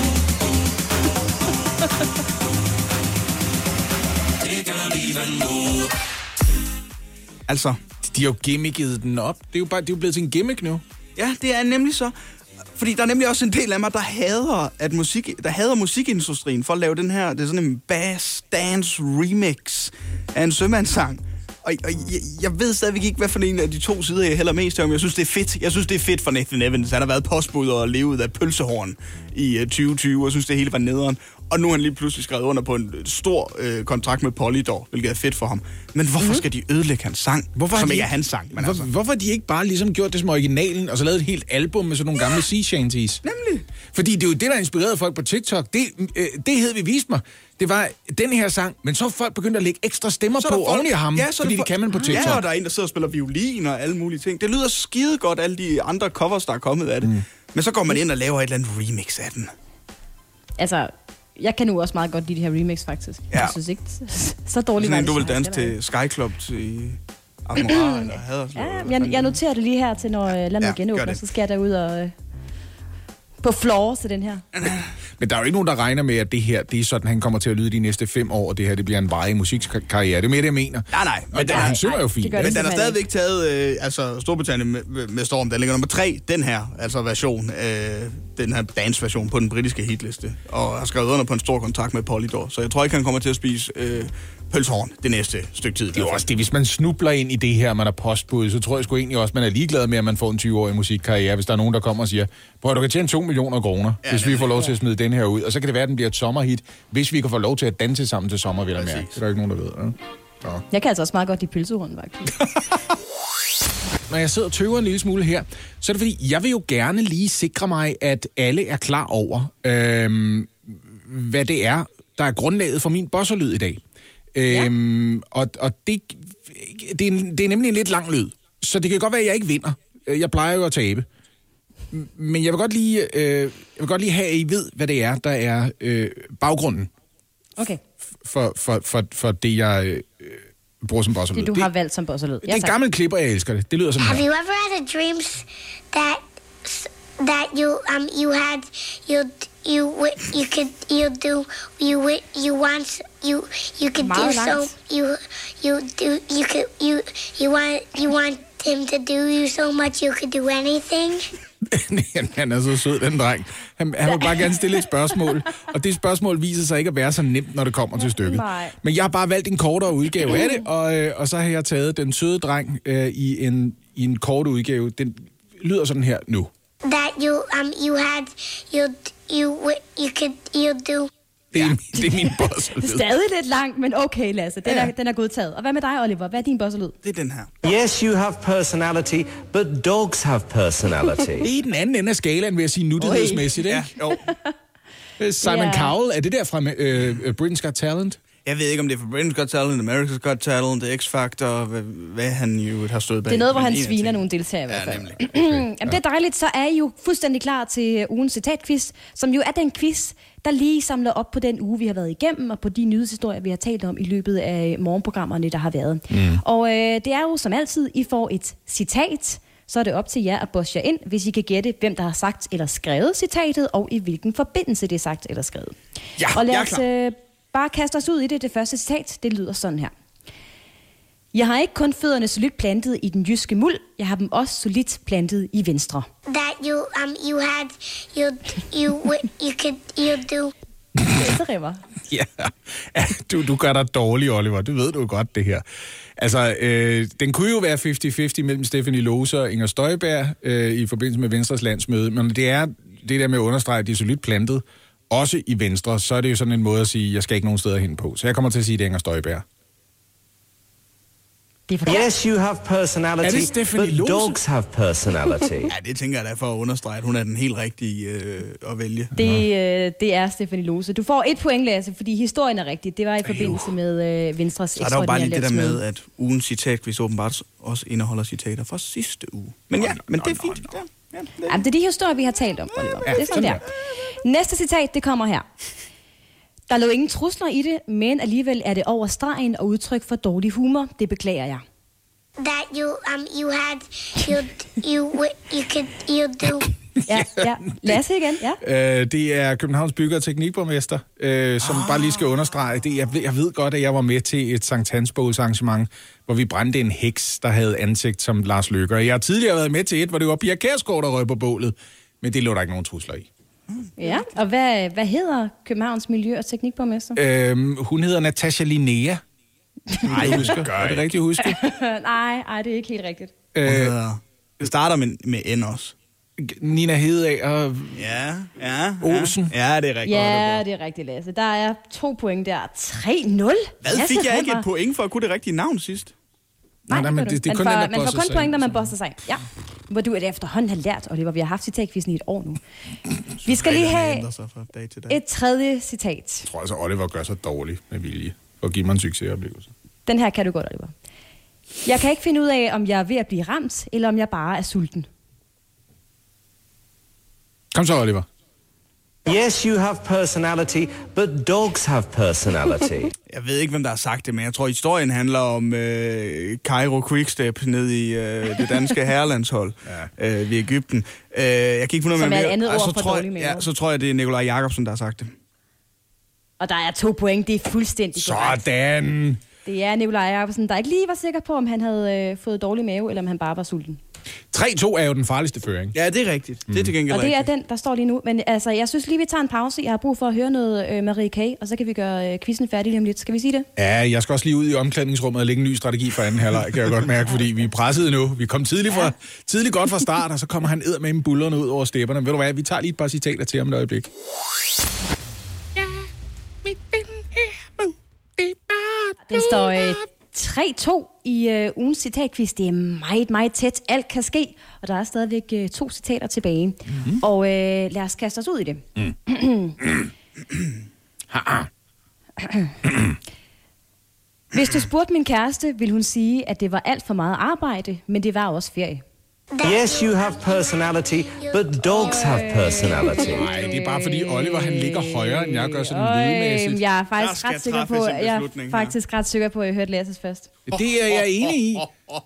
Speaker 2: Altså,
Speaker 4: de har jo gimmicket den op. Det er jo blevet til en gimmick nu.
Speaker 2: Ja, det er nemlig så. Fordi der er nemlig også en del af mig, der hader musikindustrien for at lave den her, det er sådan en bass dance remix af en sømandssang. Og jeg ved stadigvæk ikke, hvad for en af de to sider, jeg hælder mest af, men jeg synes, det er fedt. Jeg synes, det er fedt for Nathan Evans. Han har været postbud og levet af pølsehorn i 2020, og jeg synes, det hele var nederen. Og nu har han lige pludselig skrevet under på en stor kontrakt med Polydor, hvilket er fedt for ham. Men hvorfor skal de ødelægge hans sang, som ikke er hans sang? Men
Speaker 4: hvorfor har de ikke bare ligesom gjort det som originalen, og så lavet et helt album med sådan nogle gamle sea shanties?
Speaker 2: Nemlig.
Speaker 4: Fordi det er jo det, der inspirerede folk på TikTok. Det hed vi viste mig. Det var den her sang, men så folk begyndte at lægge ekstra stemmer på oven i ham, fordi det kan man på TikTok.
Speaker 2: Ja, og der er en, der sidder og spiller violin og alle mulige ting. Det lyder skide godt, alle de andre covers, der er kommet af det. Men så går man ind og laver et eller andet remix af den.
Speaker 3: Altså, jeg kan nu også meget godt lide de her remix, faktisk.
Speaker 2: Ja.
Speaker 3: Jeg synes ikke, så dårligt.
Speaker 2: Sådan en, du vil danse til Sky Club til Admiral eller Haderslev.
Speaker 3: Ja, jeg noterer det lige her til, når landet genåbner, så skal jeg derud og på floor til den her.
Speaker 4: Men der er jo ikke nogen, der regner med, at det her, det er sådan, han kommer til at lyde de næste 5 år, og det her, det bliver en varig musikkarriere. Det er mere det, jeg mener.
Speaker 2: Nej.
Speaker 4: Men han synger jo fint.
Speaker 2: Men den har stadigvæk taget, Storbritannien med storm. Den ligger nummer 3, den her, altså version, den her dance-version på den britiske hitliste. Og har skrevet under på en stor kontrakt med Polydor. Så jeg tror ikke, han kommer til at spise pølsehorn det næste stykke tid.
Speaker 4: Det er jo også det, hvis man snubler ind i det her, man er postbud, så tror jeg sgu egentlig også, man er ligeglad med, at man får en 20-årig musikkarriere, hvis der er nogen, der kommer og siger, prøv at du kan tjene 2 millioner kroner, hvis vi får lov til at smide den her ud. Og så kan det være, at den bliver et sommerhit, hvis vi kan få lov til at danse sammen til sommer, vil jeg mærke. Det er der ikke nogen, der ved. Ja.
Speaker 3: Jeg kan altså også meget godt lide pølsehorn, faktisk.
Speaker 4: Når jeg sidder og tøver en lille smule her, så er det fordi, jeg vil jo gerne lige sikre mig, at alle er klar over, hvad det er, der er grundlaget for min bosserlyd i dag. Og det er nemlig en lidt lang lyd, så det kan godt være, at jeg ikke vinder. Jeg plejer jo at tabe. Men jeg vil godt lige have, at I ved, hvad det er, der er baggrunden.
Speaker 3: Okay.
Speaker 4: For det, jeg bruger som bosserlyd.
Speaker 3: Det, du har valgt som bosserlyd.
Speaker 4: Det er en gammel klip, og jeg elsker det. Det lyder som
Speaker 13: Have you ever had a dreams that you want him to do you so much you could do anything?
Speaker 4: Han er så sød, den dreng. Han vil bare gerne stille et spørgsmål, og det spørgsmål viser sig ikke at være så nemt, når det kommer til stykket.
Speaker 3: Nej.
Speaker 4: Men jeg har bare valgt en kortere udgave af det, og så har jeg taget den søde dreng i en kort udgave. Den lyder sådan her nu.
Speaker 13: That you could do.
Speaker 4: Det er min bosserlyd.
Speaker 3: Stadig lidt lang, men okay, Lasse. Den er godtaget. Og hvad med dig, Oliver? Hvad er din bosserlyd?
Speaker 2: Det er den her.
Speaker 14: Yes, you have personality, but dogs have personality.
Speaker 4: Det er den anden ende af skalaen, vil jeg sige, nutidighedsmæssigt, ikke?
Speaker 2: Ja, jo.
Speaker 4: Simon Cowell, er det der fra Britain's Got Talent?
Speaker 2: Jeg ved ikke, om det er fra Britain's Got Talent, America's Got Talent, X-Factor, hvad han jo har stået bag.
Speaker 3: Det er noget, hvor han sviner nogle deltagere i hvert fald.
Speaker 2: Nemlig.
Speaker 3: Jamen, det er dejligt, så er I jo fuldstændig klar til ugens citatquiz, som jo er den quiz, der lige samler op på den uge, vi har været igennem, og på de nyhedshistorier, vi har talt om i løbet af morgenprogrammerne, der har været. Og det er jo som altid, I får et citat, så er det op til jer at bosse jer ind, hvis I kan gætte, hvem der har sagt eller skrevet citatet, og i hvilken forbindelse det er sagt eller skrevet.
Speaker 2: Ja,
Speaker 3: og lad os bare kaste os ud i det. Det første citat, det lyder sådan her. Jeg har ikke kun fødderne solidt plantet i den jyske muld, jeg har dem også solidt plantet i Venstre.
Speaker 13: That you do.
Speaker 3: Det rimmer.
Speaker 4: Ja, du gør dig dårlig, Oliver. Det ved du godt, det her. Altså, den kunne jo være 50-50 mellem Stephanie Lose og Inger Støjberg i forbindelse med Venstres landsmøde, men det er det der med at understrege, at de er solidt plantet, også i Venstre, så er det jo sådan en måde at sige, jeg skal ikke nogen steder hen på. Så jeg kommer til at sige, det er Inger Støjberg.
Speaker 14: Yes, you have personality, but dogs have personality.
Speaker 2: Ja, det tænker jeg da for at understrege, at hun er den helt rigtige at vælge.
Speaker 3: Det er Stephanie Lose. Du får 1 point, Lasse, fordi historien er rigtig. Det var i forbindelse med Venstres ekstraordinære landsmøde. Så er der jo bare lige det der med, at ugens citatquiz åbenbart også indeholder citater fra sidste uge. Men ja, men det er fint. Jamen, det er de historier, vi har talt om, Oliver. Det er sådan der. Næste citat, det kommer her. Der lå ingen trusler i det, men alligevel er det over stregen og udtryk for dårlig humor. Det beklager jeg.
Speaker 13: That you do.
Speaker 3: Ja. Lasse igen, ja.
Speaker 4: Det er Københavns Bygge- og Teknikborgmester, som bare lige skal understrege det. Jeg ved godt, at jeg var med til et Sankt Hans Båls arrangement, hvor vi brændte en heks, der havde ansigt som Lars Løkke. Jeg har tidligere været med til et, hvor det var Pia Kjærsgaard, der røg på bålet, men det lå der ikke nogen trusler i.
Speaker 3: Ja, og hvad hedder Københavns Miljø- og Teknikborgmester?
Speaker 4: Hun hedder Natasha Linnea. Nej, er det rigtigt husket?
Speaker 3: Nej, det er ikke helt rigtigt.
Speaker 2: Det starter med N også.
Speaker 4: Nina Hedeager.
Speaker 2: Ja.
Speaker 4: Olsen.
Speaker 2: Ja, det er rigtigt.
Speaker 3: Ja, det er rigtigt, Lasse. Der er 2 point der. 3-0.
Speaker 2: Hvad fik jeg ikke et point for at kunne det rigtige navn sidst?
Speaker 4: Nej, men det er kun
Speaker 3: man får kun point, når man bosser sig. Ja. Hvor du efterhånden har lært, Oliver. Vi har haft citatquizzen i et år nu. Vi skal lige have et tredje citat.
Speaker 4: Jeg tror altså, Oliver gør sig dårligt med vilje og giver mig en succesoplevelse.
Speaker 3: Den her kan du godt, Oliver. Jeg kan ikke finde ud af, om jeg er ved at blive ramt, eller om jeg bare er sulten.
Speaker 4: Kom så, Oliver.
Speaker 14: Yes, you have personality, but dogs have personality.
Speaker 2: Jeg ved ikke, hvem der har sagt det, men jeg tror, historien handler om Cairo Quickstep nede i det danske herrelandshold ved Egypten. Jeg kan ikke finde noget
Speaker 3: med et andet ord for dårlig mave.
Speaker 2: Ja, så tror jeg, det er Nikolaj Jakobsen, der har sagt det.
Speaker 3: Og der er 2 point, det er fuldstændig korrekt.
Speaker 4: Sådan!
Speaker 3: Det er Nikolaj Jakobsen, der ikke lige var sikker på, om han havde fået dårlig mave, eller om han bare var sulten.
Speaker 4: 3-2 er jo den farligste føring.
Speaker 2: Ja, det er rigtigt. Det er til gengæld
Speaker 3: og det
Speaker 2: rigtigt.
Speaker 3: er den, der står lige nu. Men altså, jeg synes lige, vi tager en pause. Jeg har brug for at høre noget Marie K., og så kan vi gøre quizzen færdig lige om lidt. Skal vi sige det?
Speaker 4: Ja, jeg skal også lige ud i omklædningsrummet og lægge en ny strategi for anden halvleg, kan jeg godt mærke, fordi vi er presset nu. Vi kom tidligt godt fra start, og så kommer han med en bullerne ud over stepperne. Ved du hvad, vi tager lige et par citater til om et øjeblik.
Speaker 3: Den står 3-2 i ugens citatquiz. Det er meget, meget tæt. Alt kan ske, og der er stadigvæk 2 citater tilbage. Mm-hmm. Og lad os kaste os ud i det. Hvis du spurgte min kæreste, ville hun sige, at det var alt for meget arbejde, men det var også ferie.
Speaker 14: Yes, you have personality, but dogs have personality.
Speaker 4: Nej, det er bare fordi Oliver, han ligger højere, end jeg gør sådan lydmæssigt.
Speaker 3: Jeg er faktisk ret sikker på, at jeg hørte Lasses først.
Speaker 4: Det er jeg enig i.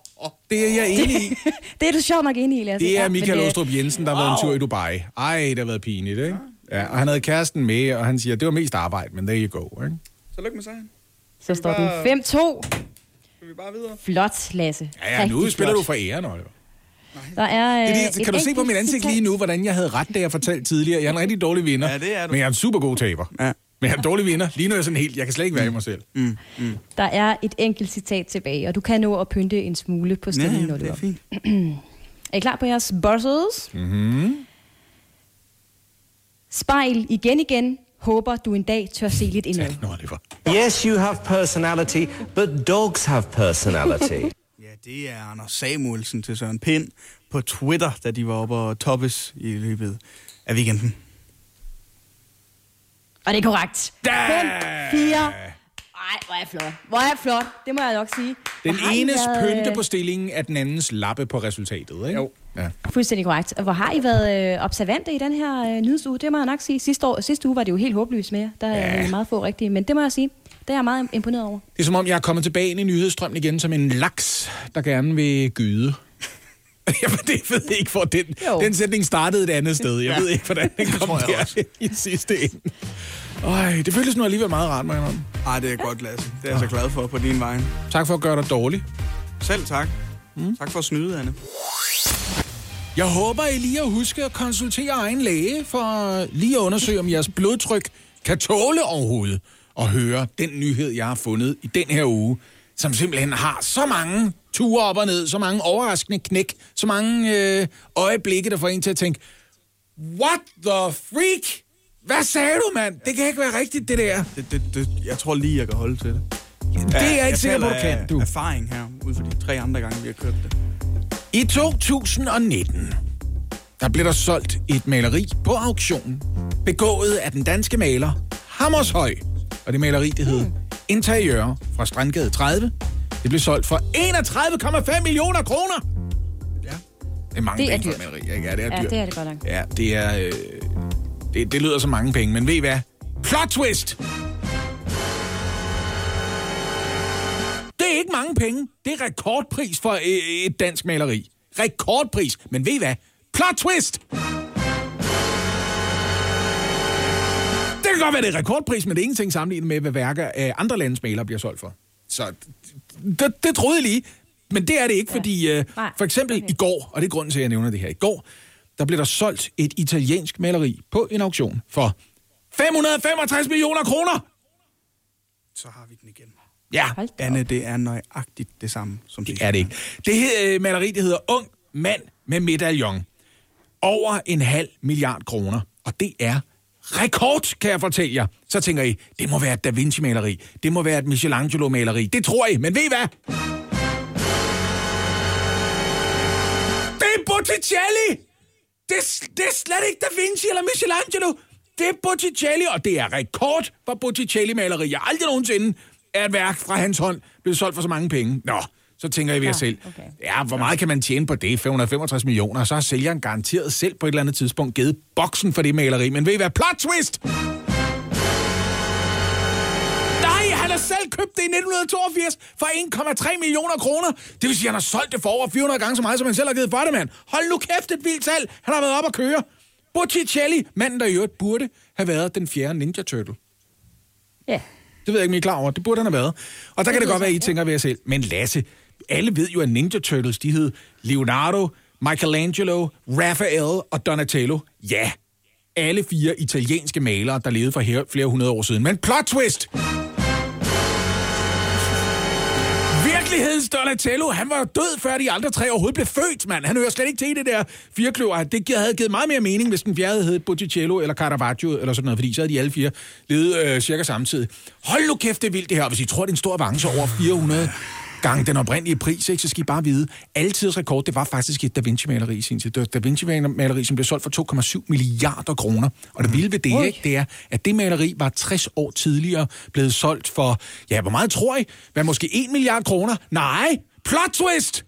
Speaker 3: Det er du sjovt nok enig i, Lasse.
Speaker 4: Det er Michael Åstrup Jensen, der har været en tur i Dubai. Ej, det har været pinligt, ikke? Ja, og han havde kæresten med, og han siger, det var mest arbejde, men there you go, ikke?
Speaker 2: Så lykke med sejren.
Speaker 3: Så står den 5-2.
Speaker 2: Skal vi bare videre?
Speaker 3: Flot, Lasse.
Speaker 4: Ja, nu spiller du for æren, Oliver.
Speaker 3: Der er,
Speaker 4: kan du se på mit ansigt lige nu, hvordan jeg havde ret, da jeg fortalte tidligere? Jeg er en rigtig dårlig vinder, men jeg er en super god taber. Ja. Men jeg er en dårlig vinder. Lige nu er jeg sådan helt, jeg kan slet ikke være i mig selv.
Speaker 3: Der er et enkelt citat tilbage, og du kan nå at pynte en smule på stemmen, når
Speaker 2: det er fint.
Speaker 3: Er I klar på jeres buzzers?
Speaker 4: Mm-hmm.
Speaker 3: Spejl igen, Håber, du en dag tør se lidt indad.
Speaker 14: Yes, you have personality, but dogs have personality.
Speaker 2: Ja, det er Anders Samuelsen til Søren Pind på Twitter, da de var oppe og toppes i løbet af weekenden.
Speaker 3: Og det er korrekt. 5-4. Ej, hvor er flot. Hvor er flot, det må jeg nok sige.
Speaker 4: Den enes pynte på stillingen er den andens lappe på resultatet, ikke?
Speaker 2: Jo.
Speaker 4: Ja.
Speaker 3: Fuldstændig korrekt. Hvor har I været observante i den her nyhedsuge? Det må jeg nok sige. Sidste uge var det jo helt håbløst med. Der er meget få rigtige, men det må jeg sige. Det er jeg meget imponeret over.
Speaker 4: Det er som om, jeg er kommet tilbage ind i nyhedsstrømmen igen som en laks, der gerne vil gyde. Jamen, det ved jeg ikke, hvor den sætning startede et andet sted. Jeg ved ikke, hvordan den kom der i sidste ende. Det føles nu alligevel meget rart, Marianne.
Speaker 2: Ej, det er godt, Lasse. Det er jeg så glad for på din vej.
Speaker 4: Tak for at gøre dig dårlig.
Speaker 2: Selv tak. Tak for at snyde, Anne.
Speaker 4: Jeg håber, I lige at huske at konsultere egen læge, for lige at undersøge, om jeres blodtryk kan tåle overhovedet at høre den nyhed, jeg har fundet i den her uge, som simpelthen har så mange ture op og ned, så mange overraskende knæk, så mange øjeblikke, der får en til at tænke, what the freak? Hvad sagde du, mand? Det kan ikke være rigtigt, det der.
Speaker 2: Jeg tror lige, jeg kan holde til det.
Speaker 4: Det er jeg ikke sikker på, du kan. Du.
Speaker 2: Erfaring her, ud fra de 3 andre gange, vi har kørt det.
Speaker 4: I 2019, der blev der solgt et maleri på auktion, begået af den danske maler Hammershøi. Og det maleri, det hed Interiør fra Strandgade 30. Det blev solgt for 31,5 millioner kroner. Ja. Det er mange penge for et maleri, ikke? Ja, det er dyrt.
Speaker 3: Ja, det er det godt nok.
Speaker 4: Ja, det er... Det lyder som mange penge, men ved I hvad? Plot twist! Det er ikke mange penge. Det er rekordpris for et dansk maleri. Rekordpris. Men ved I hvad? Plot twist! Det kan godt være, det er rekordpris, men det er ingenting sammenlignet med, hvad værker af andre landes malere bliver solgt for. Så det troede jeg lige. Men det er det ikke, fordi for eksempel i går, og det er grunden til, at jeg nævner det her, i går, der blev der solgt et italiensk maleri på en auktion for 565 millioner kroner.
Speaker 2: Så har vi den igen.
Speaker 4: Ja.
Speaker 2: Anne, det er nøjagtigt det samme som det.
Speaker 4: Det er det ikke. Det maleri, det hedder Ung mand med medaljon. Over 1,5 milliard kroner. Og det er rekord, kan jeg fortælle jer. Så tænker I, det må være et Da Vinci-maleri. Det må være et Michelangelo-maleri. Det tror I, men ved I hvad? Det er Botticelli! Det er slet ikke Da Vinci eller Michelangelo. Det er Botticelli, og det er rekord for Botticelli-maleri. Jeg aldrig nogensinde er et værk fra hans hånd blevet solgt for så mange penge. Nå, så tænker I ved jer selv. Okay. Ja, hvor meget kan man tjene på det? 565 millioner, så har sælgeren garanteret selv på et eller andet tidspunkt givet boksen for det maleri. Men ved I hvad? Plot twist! Nej, han har selv købt det i 1982 for 1,3 millioner kroner. Det vil sige, at han har solgt det for over 400 gange så meget, som han selv har givet for det, mand. Hold nu kæft, et vildt salg. Han har været op at køre. Botticelli, manden der i øvrigt burde have været den 4. Ninja Turtle.
Speaker 3: Ja.
Speaker 4: Det ved jeg ikke, om I er klar over. Det burde han have været. Og der kan det godt være, at I tænker ved jer selv. Men Lasse, alle ved jo, at Ninja Turtles, de hed Leonardo, Michelangelo, Raphael og Donatello. Ja, alle 4 italienske malere, der levede for flere hundrede år siden. Men plot twist! Virkelighedens Donatello, han var jo død, før de andre 3 overhovedet blev født, mand. Han hører slet ikke til i det der firkløver. Det havde givet meget mere mening, hvis den 4. hed Botticello eller Caravaggio eller sådan noget, fordi så havde de alle 4 levet cirka samtidig. Hold nu kæft, det er vildt det her. Hvis I tror, det er en stor avance over 400 gange den oprindelige pris, ikke, så skal I bare vide, altidens rekord, det var faktisk et Da Vinci-maleri i sin tid. Det var Da Vinci-maleri, som blev solgt for 2,7 milliarder kroner. Og det vilde ved det, ikke, det er, at det maleri var 60 år tidligere blevet solgt for, ja, hvor meget tror I? Hvad, måske 1 milliard kroner? Nej! Plot twist!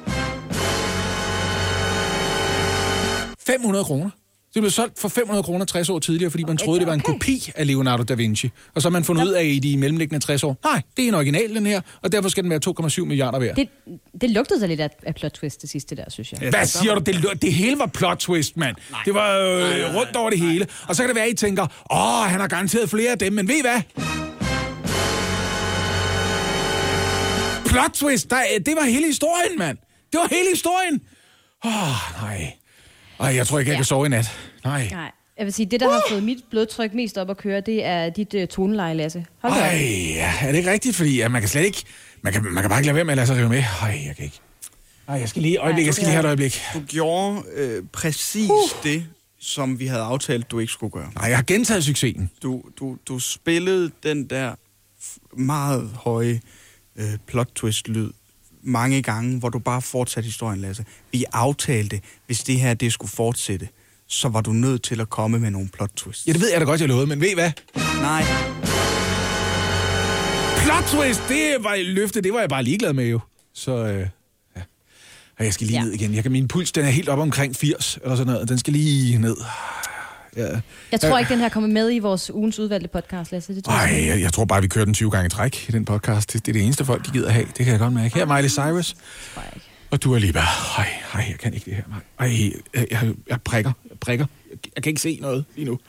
Speaker 4: 500 kroner. Det blev solgt for 500 kroner 60 år tidligere, fordi man troede, det var en kopi af Leonardo da Vinci. Og så har man fundet ud af i de mellemliggende 60 år, nej, det er en original, den her, og derfor skal den være 2,7 milliarder værd.
Speaker 3: Det lugtede så lidt af plot twist det sidste der, synes jeg.
Speaker 4: Hvad siger du? Det hele var plot twist, mand. Nej. Det var rundt over det hele. Og så kan det være, at I tænker, han har garanteret flere af dem, men ved I hvad? Plot twist, det var hele historien, mand. Det var hele historien. Nej. Ej, jeg tror ikke, jeg kan sove i nat. Nej.
Speaker 3: Jeg vil sige, det, der har fået mit blodtryk mest op at køre, det er dit toneleje, Lasse. Hold da.
Speaker 4: Ja, er det ikke rigtigt? Fordi man kan slet ikke... Man kan bare ikke lade være med at lade sig rive med. Jeg kan ikke. Jeg skal lige have et øjeblik.
Speaker 2: Du gjorde præcis det, som vi havde aftalt, du ikke skulle gøre.
Speaker 4: Nej, jeg har gentaget succesen.
Speaker 2: Du spillede den der meget høje plot twist-lyd mange gange, hvor du bare fortsatte historien, Lasse. Vi aftalte, hvis det her det skulle fortsætte, så var du nødt til at komme med nogle plot twists.
Speaker 4: Ja, det ved jeg da godt, jeg lovede, men ved I hvad?
Speaker 2: Nej.
Speaker 4: Plot twist, det var et løfte, det var jeg bare ligeglad med jo. Så, ja. Og jeg skal lige ned igen. Min puls, den er helt op omkring 80, eller sådan noget. Den skal lige ned. Ja.
Speaker 3: Jeg tror ikke, den her kommer med i vores ugens udvalgte podcast, Lasse. Det tror
Speaker 4: jeg tror bare, vi kører den 20 gange i træk i den podcast. Det er det eneste folk, de gider have. Det kan jeg godt mærke. Her er Miley Cyrus. Og du er lige bare... jeg kan ikke det her. Jeg prikker. Jeg kan ikke se noget lige nu.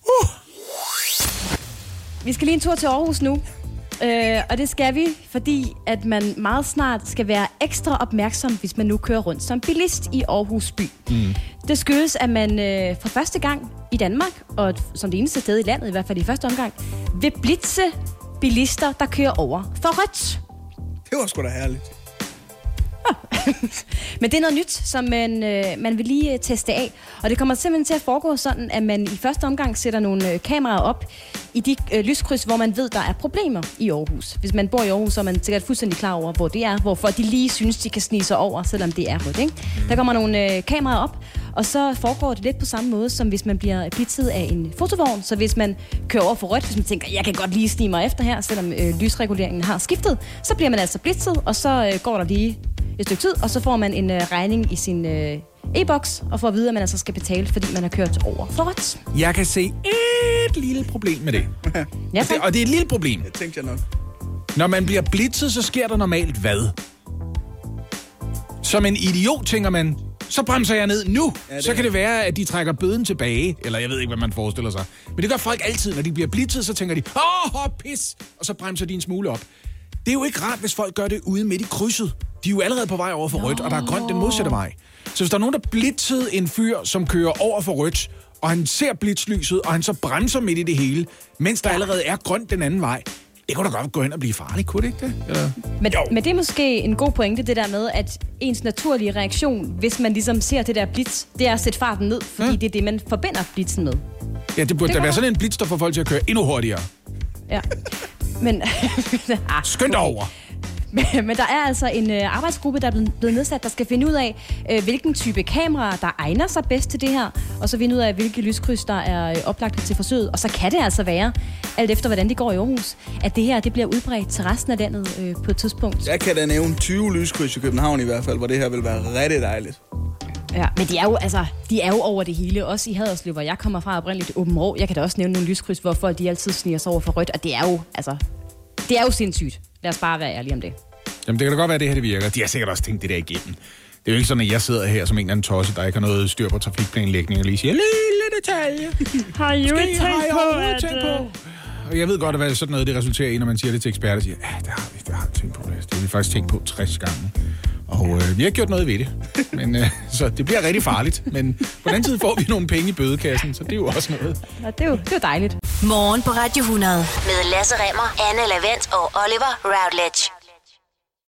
Speaker 3: Vi skal lige en tur til Aarhus nu. Og det skal vi, fordi at man meget snart skal være ekstra opmærksom, hvis man nu kører rundt som bilist i Aarhus by. Det skyldes, at man for første gang i Danmark, og som det eneste sted i landet, i hvert fald i første omgang, vil blitse bilister, der kører over for rødt.
Speaker 2: Det var sgu da herligt.
Speaker 3: Men det er noget nyt, som man vil lige teste af. Og det kommer simpelthen til at foregå sådan, at man i første omgang sætter nogle kameraer op i de lyskryds, hvor man ved, der er problemer i Aarhus. Hvis man bor i Aarhus, så er man sikkert fuldstændig klar over, hvor det er, hvorfor de lige synes, de kan snige sig over, selvom det er rødt, ikke? Der kommer nogle kameraer op, og så foregår det lidt på samme måde, som hvis man bliver blitzet af en fotovogn. Så hvis man kører over for rødt, hvis man tænker, jeg kan godt lige snige mig efter her, selvom lysreguleringen har skiftet, så bliver man altså blitzet, og så går der lige et stykke tid, og så får man en regning i sin e-boks, og får at vide, at man altså skal betale, fordi man har kørt over for rødt.
Speaker 4: Jeg kan se et lille problem med det.
Speaker 3: Ja,
Speaker 4: og det er et lille problem.
Speaker 2: Det tænkte jeg nok.
Speaker 4: Når man bliver blitzet, så sker der normalt hvad? Som en idiot, tænker man, så bremser jeg ned nu. Ja, så kan det være, at de trækker bøden tilbage. Eller jeg ved ikke, hvad man forestiller sig. Men det gør folk altid. Når de bliver blitzet, så tænker de, pis! Og så bremser de en smule op. Det er jo ikke rart, hvis folk gør det ude midt i krydset. De er jo allerede på vej over for rødt, og der er grønt den modsatte vej. Så hvis der er nogen, der blitzede en fyr, som kører over for rødt, og han ser blitzlyset, og han så bremser midt i det hele, mens der allerede er grønt den anden vej, det kunne da godt gå hen og blive farligt, kunne det ikke det? Eller?
Speaker 3: Men det er måske en god pointe, det der med, at ens naturlige reaktion, hvis man ligesom ser det der blitz, det er at sætte farten ned, fordi det er det, man forbinder blitzen med.
Speaker 4: Ja, det burde da være sådan en blitz, der får folk til at køre endnu hurtigere.
Speaker 3: Ja, men...
Speaker 4: Skynd dig over!
Speaker 3: Men der er altså en arbejdsgruppe, der er blevet nedsat, der skal finde ud af, hvilken type kameraer, der egner sig bedst til det her, og så finde ud af, hvilke lyskryds, der er oplagt til forsøget. Og så kan det altså være, alt efter hvordan det går i Aarhus, at det her det bliver udbredt til resten af landet på et tidspunkt.
Speaker 2: Jeg kan da nævne 20 lyskryds i København i hvert fald, hvor det her vil være rigtig dejligt.
Speaker 3: Ja, men de er jo over det hele. Også i Haderslev, hvor jeg kommer fra oprindeligt Åbenrå. Jeg kan da også nævne nogle lyskryds, hvor folk de altid sniger sig over for rødt, og det er jo sindssygt. Lad os bare være ærlige om det.
Speaker 4: Jamen, det kan da godt være, at det her det virker. De har sikkert også tænkt det der igennem. Det er jo ikke sådan, at jeg sidder her som en eller anden tosse, der ikke har noget styr på trafikplanlægning, og lige siger, lille detalje.
Speaker 3: Har I jo ikke tænkt på,
Speaker 4: Og jeg ved godt, hvad sådan noget det resulterer i, når man siger det til eksperter, og siger, det har vi tænkt på. Det har vi faktisk tænkt på 60 gange. Og vi har gjort noget ved det. Men, så det bliver rigtig farligt. Men på den tid får vi nogle penge i bødekassen, så det er jo også noget.
Speaker 3: Ja, det er jo dejligt.
Speaker 1: Morgen på Radio 100 med Lasse Remmer, Anne Lavent og Oliver Routledge.